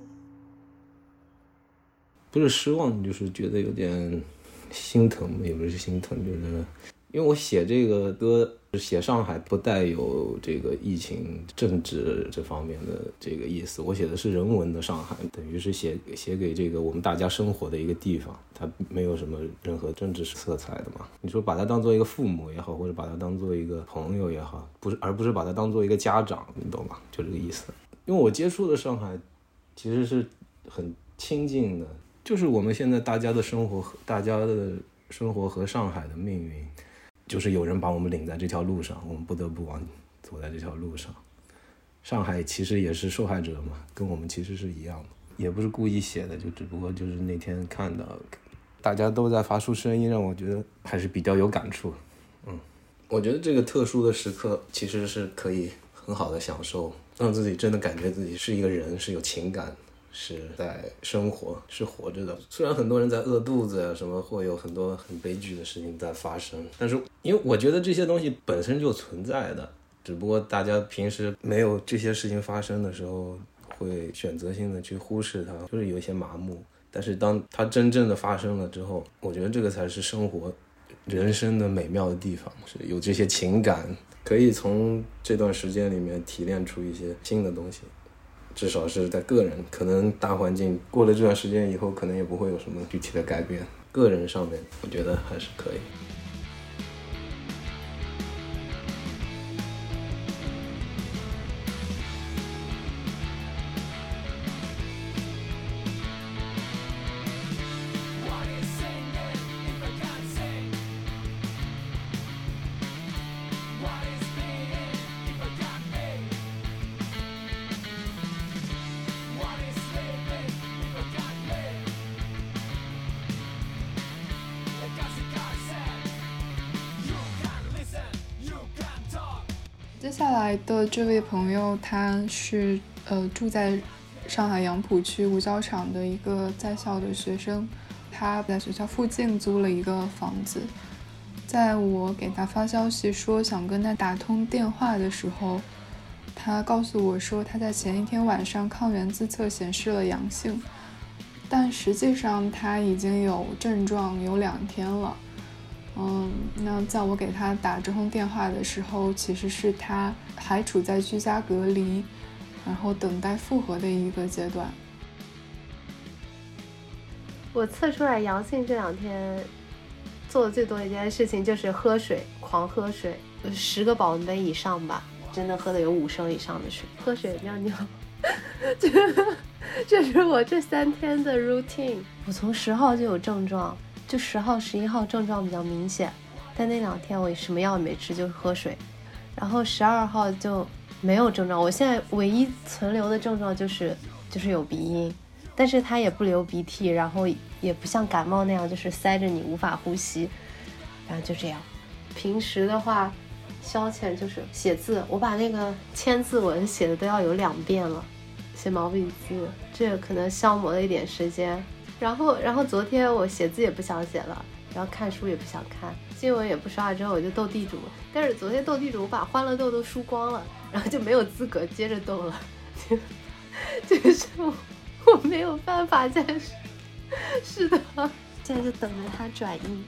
不是失望，就是觉得有点心疼，也不是心疼，就是因为我写这个歌，写上海不带有这个疫情、政治这方面的这个意思，我写的是人文的上海，等于是写写给这个我们大家生活的一个地方，它没有什么任何政治色彩的嘛。你说把它当做一个父母也好，或者把它当做一个朋友也好，不是，而不是把它当做一个家长，你懂吗？就这个意思。因为我接触的上海其实是很亲近的，就是我们现在大家的生活，大家的生活和上海的命运，就是有人把我们领在这条路上，我们不得不往走在这条路上。上海其实也是受害者嘛，跟我们其实是一样的，也不是故意写的，就只不过就是那天看到大家都在发出声音，让我觉得还是比较有感触。嗯，我觉得这个特殊的时刻其实是可以很好的享受，让自己真的感觉自己是一个人，是有情感，是在生活，是活着的。虽然很多人在饿肚子啊，什么会有很多很悲剧的事情在发生，但是因为我觉得这些东西本身就存在的，只不过大家平时没有这些事情发生的时候，会选择性的去忽视它，就是有一些麻木。但是当它真正的发生了之后，我觉得这个才是生活人生的美妙的地方，是有这些情感，可以从这段时间里面提炼出一些新的东西。至少是在个人，可能大环境过了这段时间以后，可能也不会有什么具体的改变，个人上面我觉得还是可以。 接下来的这位朋友，他是呃住在上海杨浦区五角场的一个在校的学生，他在学校附近租了一个房子。在我给他发消息说想跟他打通电话的时候，他告诉我说他在前一天晚上抗原自测显示了阳性，但实际上他已经有症状有两天了。嗯，那在我给他打这通电话的时候，其实是他还处在居家隔离，然后等待复核的一个阶段。 我测出来阳性这两天做的最多的一件事情就是喝水，狂喝水，十个保温杯以上吧，真的喝的有五升以上的水，喝水尿尿这, 这是我这三天的 routine。 我从十号就有症状，就十号十一号症状比较明显，但那两天我什么药也没吃，就是喝水。然后十二号就没有症状，我现在唯一存留的症状就是就是有鼻音，但是它也不流鼻涕，然后也不像感冒那样就是塞着你无法呼吸，然后就这样。平时的话消遣就是写字，我把那个千字文写的都要有两遍了， 写毛笔字，这可能消磨了一点时间。然后，然后昨天我写字也不想写了，然后看书也不想看，新闻也不刷了，之后我就斗地主。但是昨天斗地主我把欢乐豆都输光了，然后就没有资格接着斗了。就是我我没有办法再是是的，现在就等着它转移。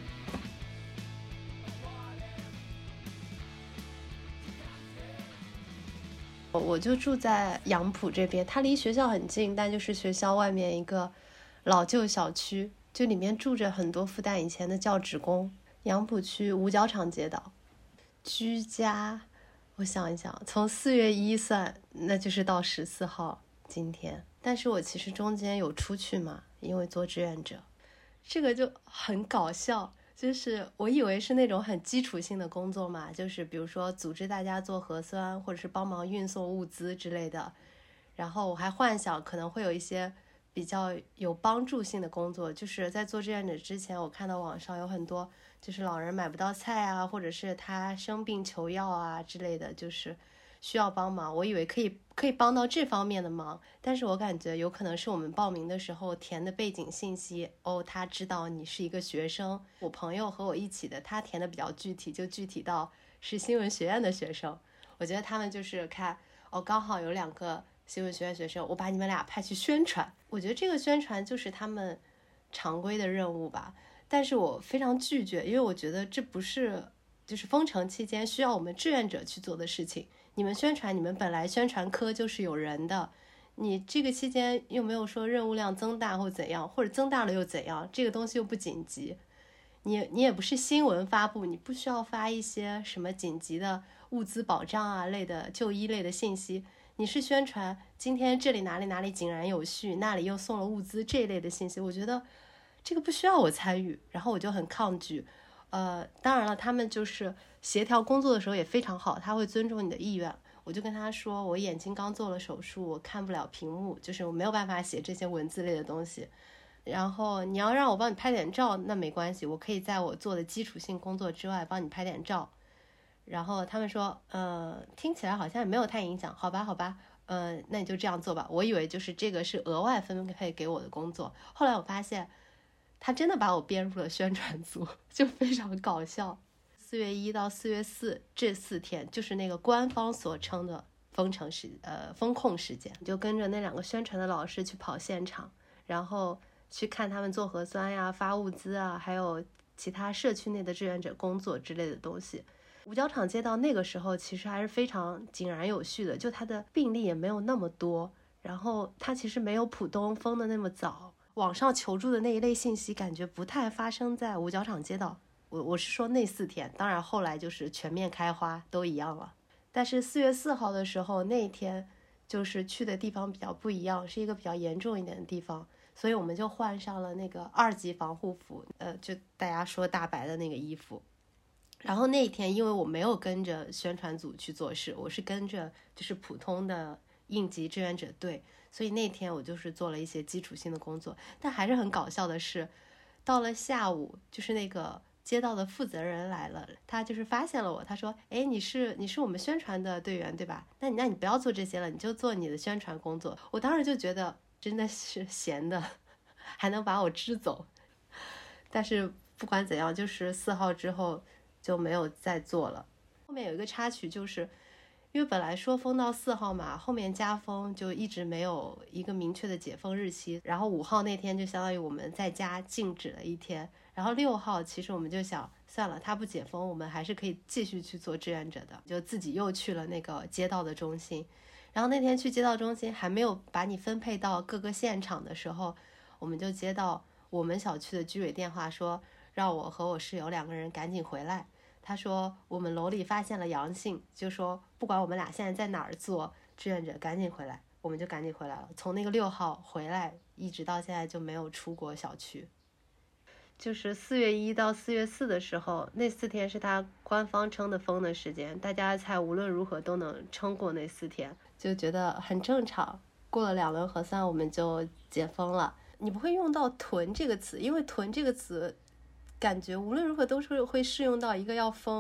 我就住在杨浦这边，它离学校很近，但就是学校外面一个老旧小区，就里面住着很多复旦以前的教职工。杨浦区五角场街道，居家，我想一想，从四月一算，那就是到十四号今天。但是我其实中间有出去嘛，因为做志愿者，这个就很搞笑。就是我以为是那种很基础性的工作嘛，就是比如说组织大家做核酸，或者是帮忙运送物资之类的。然后我还幻想可能会有一些比较有帮助性的工作，就是在做志愿者之前，我看到网上有很多就是老人买不到菜啊，或者是他生病求药啊之类的，就是需要帮忙。我以为可以可以帮到这方面的忙，但是我感觉有可能是我们报名的时候填的背景信息，哦，他知道你是一个学生。我朋友和我一起的，他填的比较具体，就具体到是新闻学院的学生。我觉得他们就是看，哦，刚好有两个新闻学院学生，我把你们俩派去宣传。我觉得这个宣传就是他们常规的任务吧，但是我非常拒绝，因为我觉得这不是就是封城期间需要我们志愿者去做的事情。你们宣传，你们本来宣传科就是有人的，你这个期间又没有说任务量增大或怎样，或者增大了又怎样，这个东西又不紧急。你你也不是新闻发布，你不需要发一些什么紧急的物资保障啊类的就医类的信息，你是宣传今天这里哪里哪里井然有序，那里又送了物资这一类的信息。我觉得这个不需要我参与，然后我就很抗拒。呃，当然了，他们就是协调工作的时候也非常好，他会尊重你的意愿。我就跟他说，我眼睛刚做了手术，我看不了屏幕，就是我没有办法写这些文字类的东西。然后你要让我帮你拍点照，那没关系，我可以在我做的基础性工作之外帮你拍点照。然后他们说，呃，听起来好像也没有太影响，好吧，好吧，呃，那你就这样做吧。我以为就是这个是额外分配给我的工作，后来我发现他真的把我编入了宣传组，就非常搞笑。四月一到四月四这四天就是那个官方所称的封城时呃封控时间，就跟着那两个宣传的老师去跑现场，然后去看他们做核酸呀、发物资啊，还有其他社区内的志愿者工作之类的东西。五角场街道那个时候其实还是非常井然有序的，就它的病例也没有那么多，然后它其实没有浦东封的那么早。网上求助的那一类信息感觉不太发生在五角场街道，我我是说那四天，当然后来就是全面开花都一样了。但是四月四号的时候那一天就是去的地方比较不一样，是一个比较严重一点的地方，所以我们就换上了那个二级防护服，呃，就大家说大白的那个衣服。然后那一天因为我没有跟着宣传组去做事，我是跟着就是普通的应急志愿者队，所以那天我就是做了一些基础性的工作。但还是很搞笑的是，到了下午就是那个街道的负责人来了，他就是发现了我，他说，哎，你是你是我们宣传的队员对吧？那你那你不要做这些了，你就做你的宣传工作。我当时就觉得真的是闲的还能把我支走。但是不管怎样，就是四号之后就没有再做了。后面有一个插曲，就是因为本来说封到四号嘛，后面加封就一直没有一个明确的解封日期，然后五号那天就相当于我们在家静止了一天，然后六号其实我们就想算了，他不解封我们还是可以继续去做志愿者的，就自己又去了那个街道的中心。然后那天去街道中心还没有把你分配到各个现场的时候，我们就接到我们小区的居委电话说让我和我室友两个人赶紧回来。他说我们楼里发现了阳性，就说不管我们俩现在在哪儿做志愿者赶紧回来，我们就赶紧回来了。从那个六号回来一直到现在就没有出过小区。就是四月一到四月四的时候，那四天是他官方称的封的时间，大家猜无论如何都能撑过那四天，就觉得很正常。过了两轮核酸我们就解封了。你不会用到囤这个词，因为囤这个词感觉无论如何都是会适用到一个要封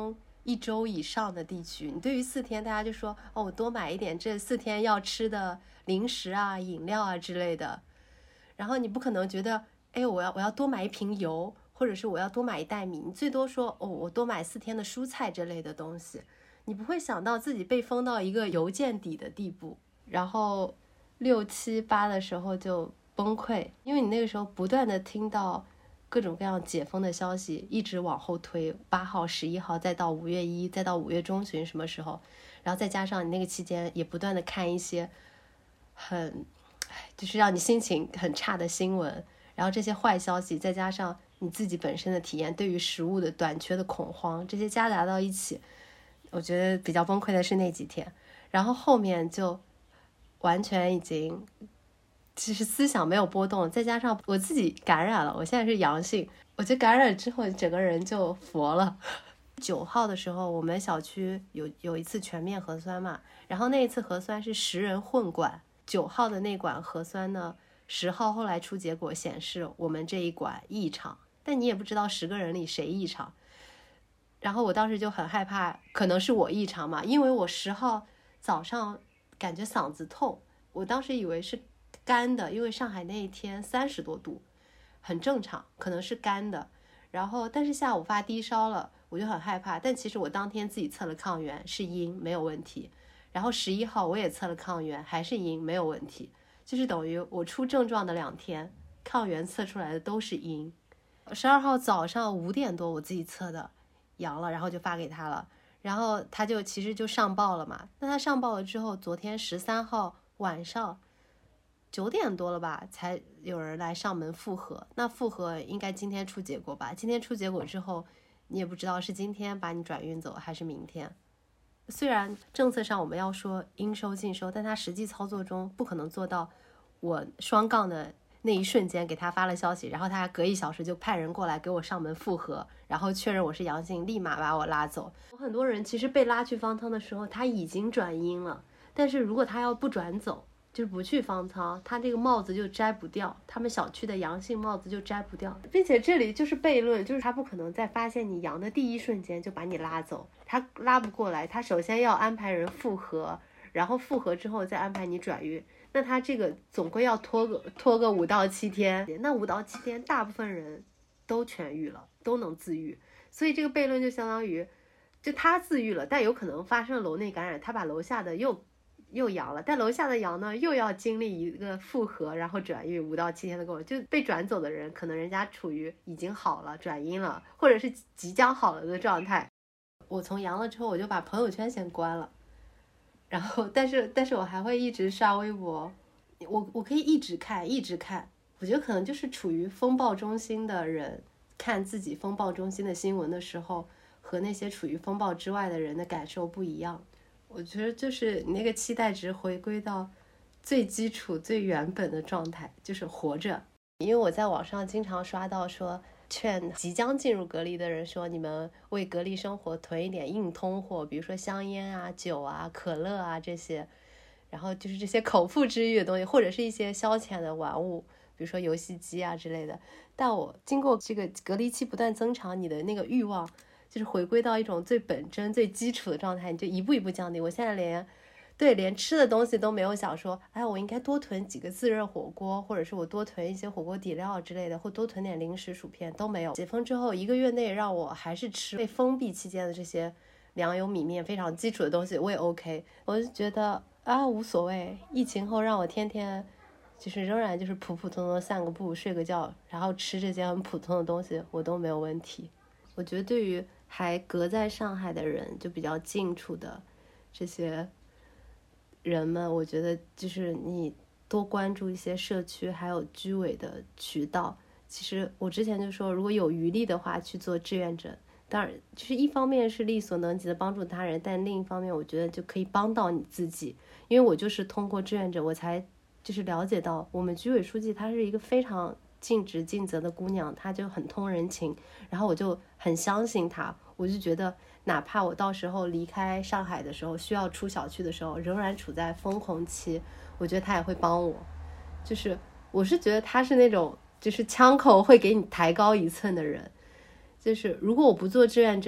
一周以上的地区，你对于四天大家就说哦，我多买一点这四天要吃的零食啊、饮料啊之类的，然后你不可能觉得哎，我要我要多买一瓶油，或者是我要多买一袋米，你最多说哦，我多买四天的蔬菜之类的东西，你不会想到自己被封到一个油见底的地步。然后六七八的时候就崩溃，因为你那个时候不断的听到各种各样解封的消息，一直往后推，八号、十一号，再到五月一，再到五月中旬什么时候，然后再加上你那个期间也不断的看一些很就是让你心情很差的新闻，然后这些坏消息再加上你自己本身的体验，对于食物的短缺的恐慌，这些夹杂到一起，我觉得比较崩溃的是那几天。然后后面就完全已经其实思想没有波动，再加上我自己感染了，我现在是阳性，我觉得感染之后整个人就佛了。九号的时候我们小区有有一次全面核酸嘛，然后那一次核酸是十人混管，九号的那管核酸呢，十号后来出结果显示我们这一管异常，但你也不知道十个人里谁异常。然后我当时就很害怕可能是我异常嘛，因为我十号早上感觉嗓子痛，我当时以为是干的，因为上海那一天三十多度很正常，可能是干的。然后但是下午发低烧了，我就很害怕，但其实我当天自己测了抗原是阴，没有问题。然后十一号我也测了抗原还是阴，没有问题，就是等于我出症状的两天抗原测出来的都是阴。十二号早上五点多我自己测的阳了，然后就发给他了，然后他就其实就上报了嘛。那他上报了之后，昨天十三号晚上九点多了吧，才有人来上门复核。那复核应该今天出结果吧？今天出结果之后，你也不知道是今天把你转运走还是明天。虽然政策上我们要说应收尽收，但他实际操作中不可能做到我双杠的那一瞬间给他发了消息，然后他隔一小时就派人过来给我上门复核，然后确认我是阳性，立马把我拉走。很多人其实被拉去方舱的时候他已经转阴了，但是如果他要不转走，就是不去方舱，他这个帽子就摘不掉，他们小区的阳性帽子就摘不掉。并且这里就是悖论，就是他不可能在发现你阳的第一瞬间就把你拉走，他拉不过来，他首先要安排人复核，然后复核之后再安排你转运，那他这个总归要拖个拖个五到七天，那五到七天大部分人都痊愈了，都能自愈，所以这个悖论就相当于就他自愈了，但有可能发生楼内感染，他把楼下的又又阳了，但楼下的阳呢又要经历一个复核，然后转运五到七天的过程，就被转走的人可能人家处于已经好了转阴了，或者是即将好了的状态。我从阳了之后我就把朋友圈先关了，然后但是但是我还会一直刷微博，我我可以一直看一直看。我觉得可能就是处于风暴中心的人看自己风暴中心的新闻的时候，和那些处于风暴之外的人的感受不一样。我觉得就是你那个期待值回归到最基础最原本的状态，就是活着。因为我在网上经常刷到说劝即将进入隔离的人说，你们为隔离生活囤一点硬通货，比如说香烟啊、酒啊、可乐啊这些，然后就是这些口腹之欲的东西，或者是一些消遣的玩物，比如说游戏机啊之类的。但我经过这个隔离期不断增长，你的那个欲望就是回归到一种最本真最基础的状态，你就一步一步降低。我现在连对连吃的东西都没有想说哎，我应该多囤几个自热火锅，或者是我多囤一些火锅底料之类的，或多囤点零食薯片，都没有。解封之后一个月内让我还是吃被封闭期间的这些粮油米面非常基础的东西我也 OK， 我就觉得啊无所谓。疫情后让我天天就是仍然就是普普通通散个步睡个觉，然后吃这些很普通的东西我都没有问题。我觉得对于还隔在上海的人，就比较近处的这些人们，我觉得就是你多关注一些社区还有居委的渠道。其实我之前就说如果有余力的话去做志愿者，当然就是一方面是力所能及的帮助他人，但另一方面我觉得就可以帮到你自己。因为我就是通过志愿者我才就是了解到我们居委书记她是一个非常尽职尽责的姑娘，她就很通人情，然后我就很相信她。我就觉得哪怕我到时候离开上海的时候需要出小区的时候仍然处在封控期，我觉得她也会帮我。就是我是觉得她是那种就是枪口会给你抬高一寸的人，就是如果我不做志愿者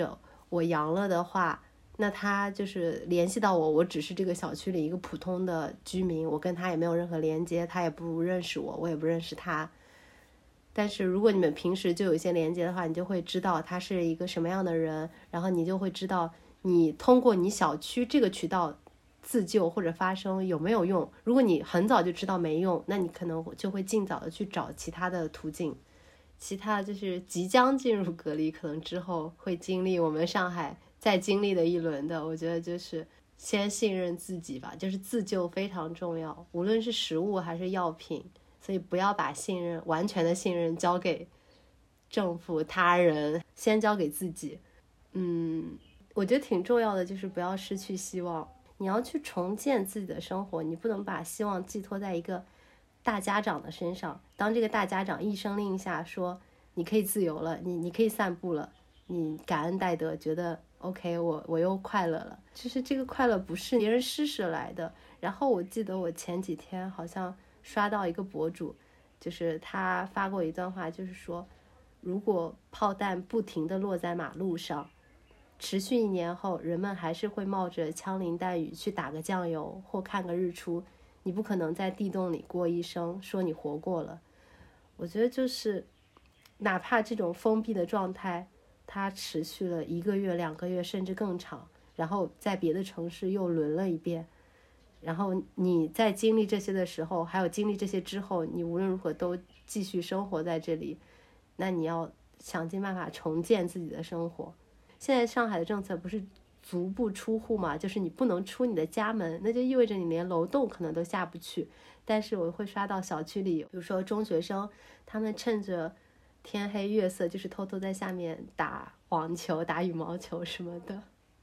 我阳了的话，那他就是联系到我，我只是这个小区里一个普通的居民，我跟他也没有任何连接，他也不认识我，我也不认识他。但是如果你们平时就有一些连接的话，你就会知道他是一个什么样的人，然后你就会知道你通过你小区这个渠道自救或者发声有没有用。如果你很早就知道没用，那你可能就会尽早的去找其他的途径。其他就是即将进入隔离，可能之后会经历我们上海再经历的一轮的，我觉得就是先信任自己吧，就是自救非常重要，无论是食物还是药品，所以不要把信任完全的信任交给政府他人，先交给自己。嗯，我觉得挺重要的，就是不要失去希望，你要去重建自己的生活，你不能把希望寄托在一个大家长的身上。当这个大家长一声令下说你可以自由了，你你可以散步了，你感恩戴德，觉得 OK 我我又快乐了。其实这个快乐不是别人施舍来的。然后我记得我前几天好像刷到一个博主，就是他发过一段话，就是说如果炮弹不停地落在马路上，持续一年后人们还是会冒着枪林弹雨去打个酱油或看个日出，你不可能在地洞里过一生说你活过了。我觉得就是哪怕这种封闭的状态它持续了一个月两个月甚至更长，然后在别的城市又轮了一遍，然后你在经历这些的时候还有经历这些之后，你无论如何都继续生活在这里，那你要想尽办法重建自己的生活。现在上海的政策不是足不出户嘛，就是你不能出你的家门，那就意味着你连楼栋可能都下不去。但是我会刷到小区里，比如说中学生，他们趁着天黑月色，就是偷偷在下面打网球打羽毛球什么的。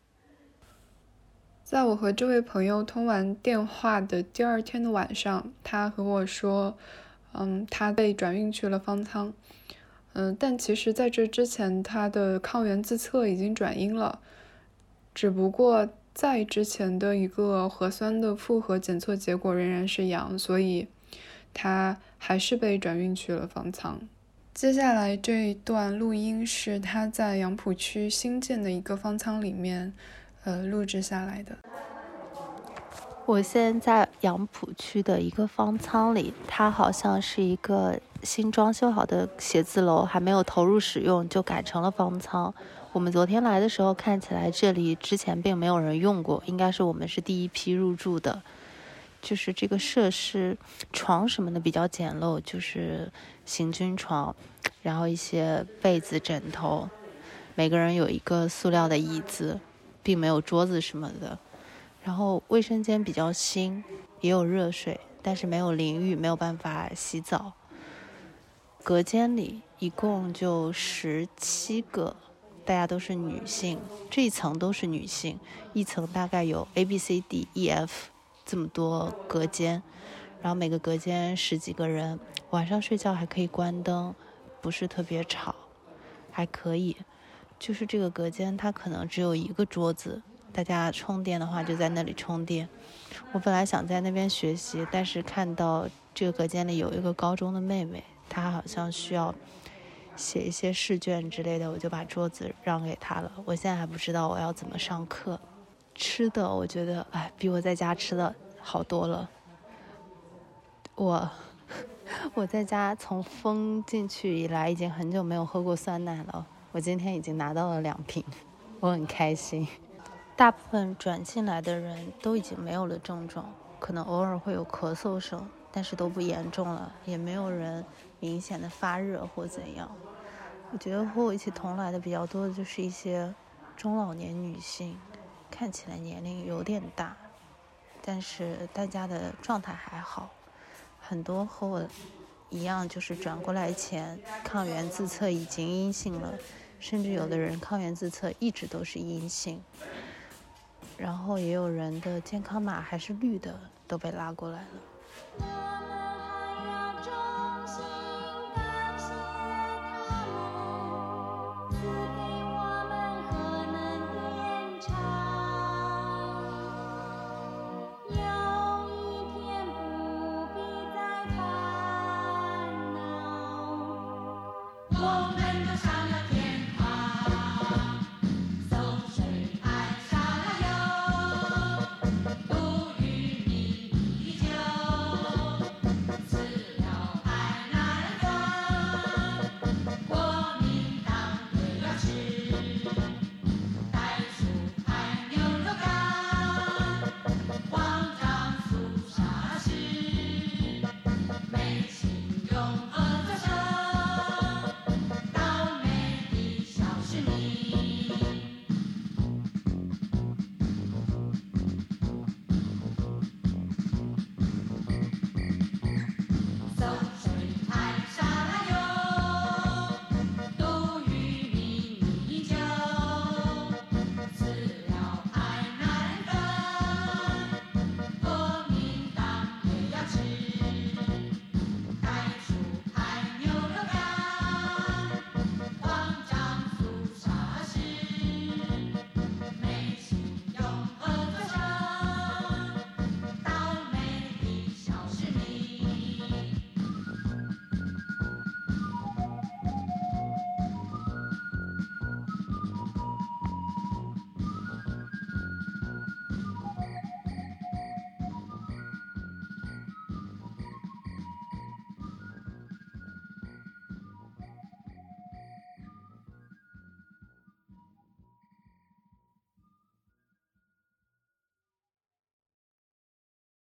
在我和这位朋友通完电话的第二天的晚上，他和我说嗯，他被转运去了方舱。嗯，但其实在这之前他的抗原自测已经转阴了，只不过在之前的一个核酸的复核检测结果仍然是阳，所以他还是被转运去了方舱。接下来这一段录音是他在杨浦区新建的一个方舱里面呃录制下来的。 我现在在杨浦区的一个方舱里，它好像是一个新装修好的写字楼，还没有投入使用就改成了方舱。我们昨天来的时候看起来这里之前并没有人用过，应该是我们是第一批入住的。就是这个设施床什么的比较简陋，就是行军床，然后一些被子枕头，每个人有一个塑料的椅子，并没有桌子什么的。然后卫生间比较新，也有热水，但是没有淋浴，没有办法洗澡。隔间里一共就十七个，大家都是女性，这一层都是女性，一层大概有 A B C D E F 这么多隔间，然后每个隔间十几个人，晚上睡觉还可以关灯，不是特别吵，还可以。就是这个隔间它可能只有一个桌子，大家充电的话就在那里充电。我本来想在那边学习，但是看到这个隔间里有一个高中的妹妹，她好像需要写一些试卷之类的，我就把桌子让给她了。我现在还不知道我要怎么上课。吃的我觉得哎，比我在家吃的好多了。我我在家从封进去以来已经很久没有喝过酸奶了，我今天已经拿到了两瓶，我很开心。大部分转进来的人都已经没有了症状，可能偶尔会有咳嗽声，但是都不严重了，也没有人明显的发热或怎样。我觉得和我一起同来的比较多的就是一些中老年女性，看起来年龄有点大，但是大家的状态还好。很多和我一样，就是转过来前抗原自测已经阴性了，甚至有的人抗原自测一直都是阴性。然后也有人的健康码还是绿的，都被拉过来了。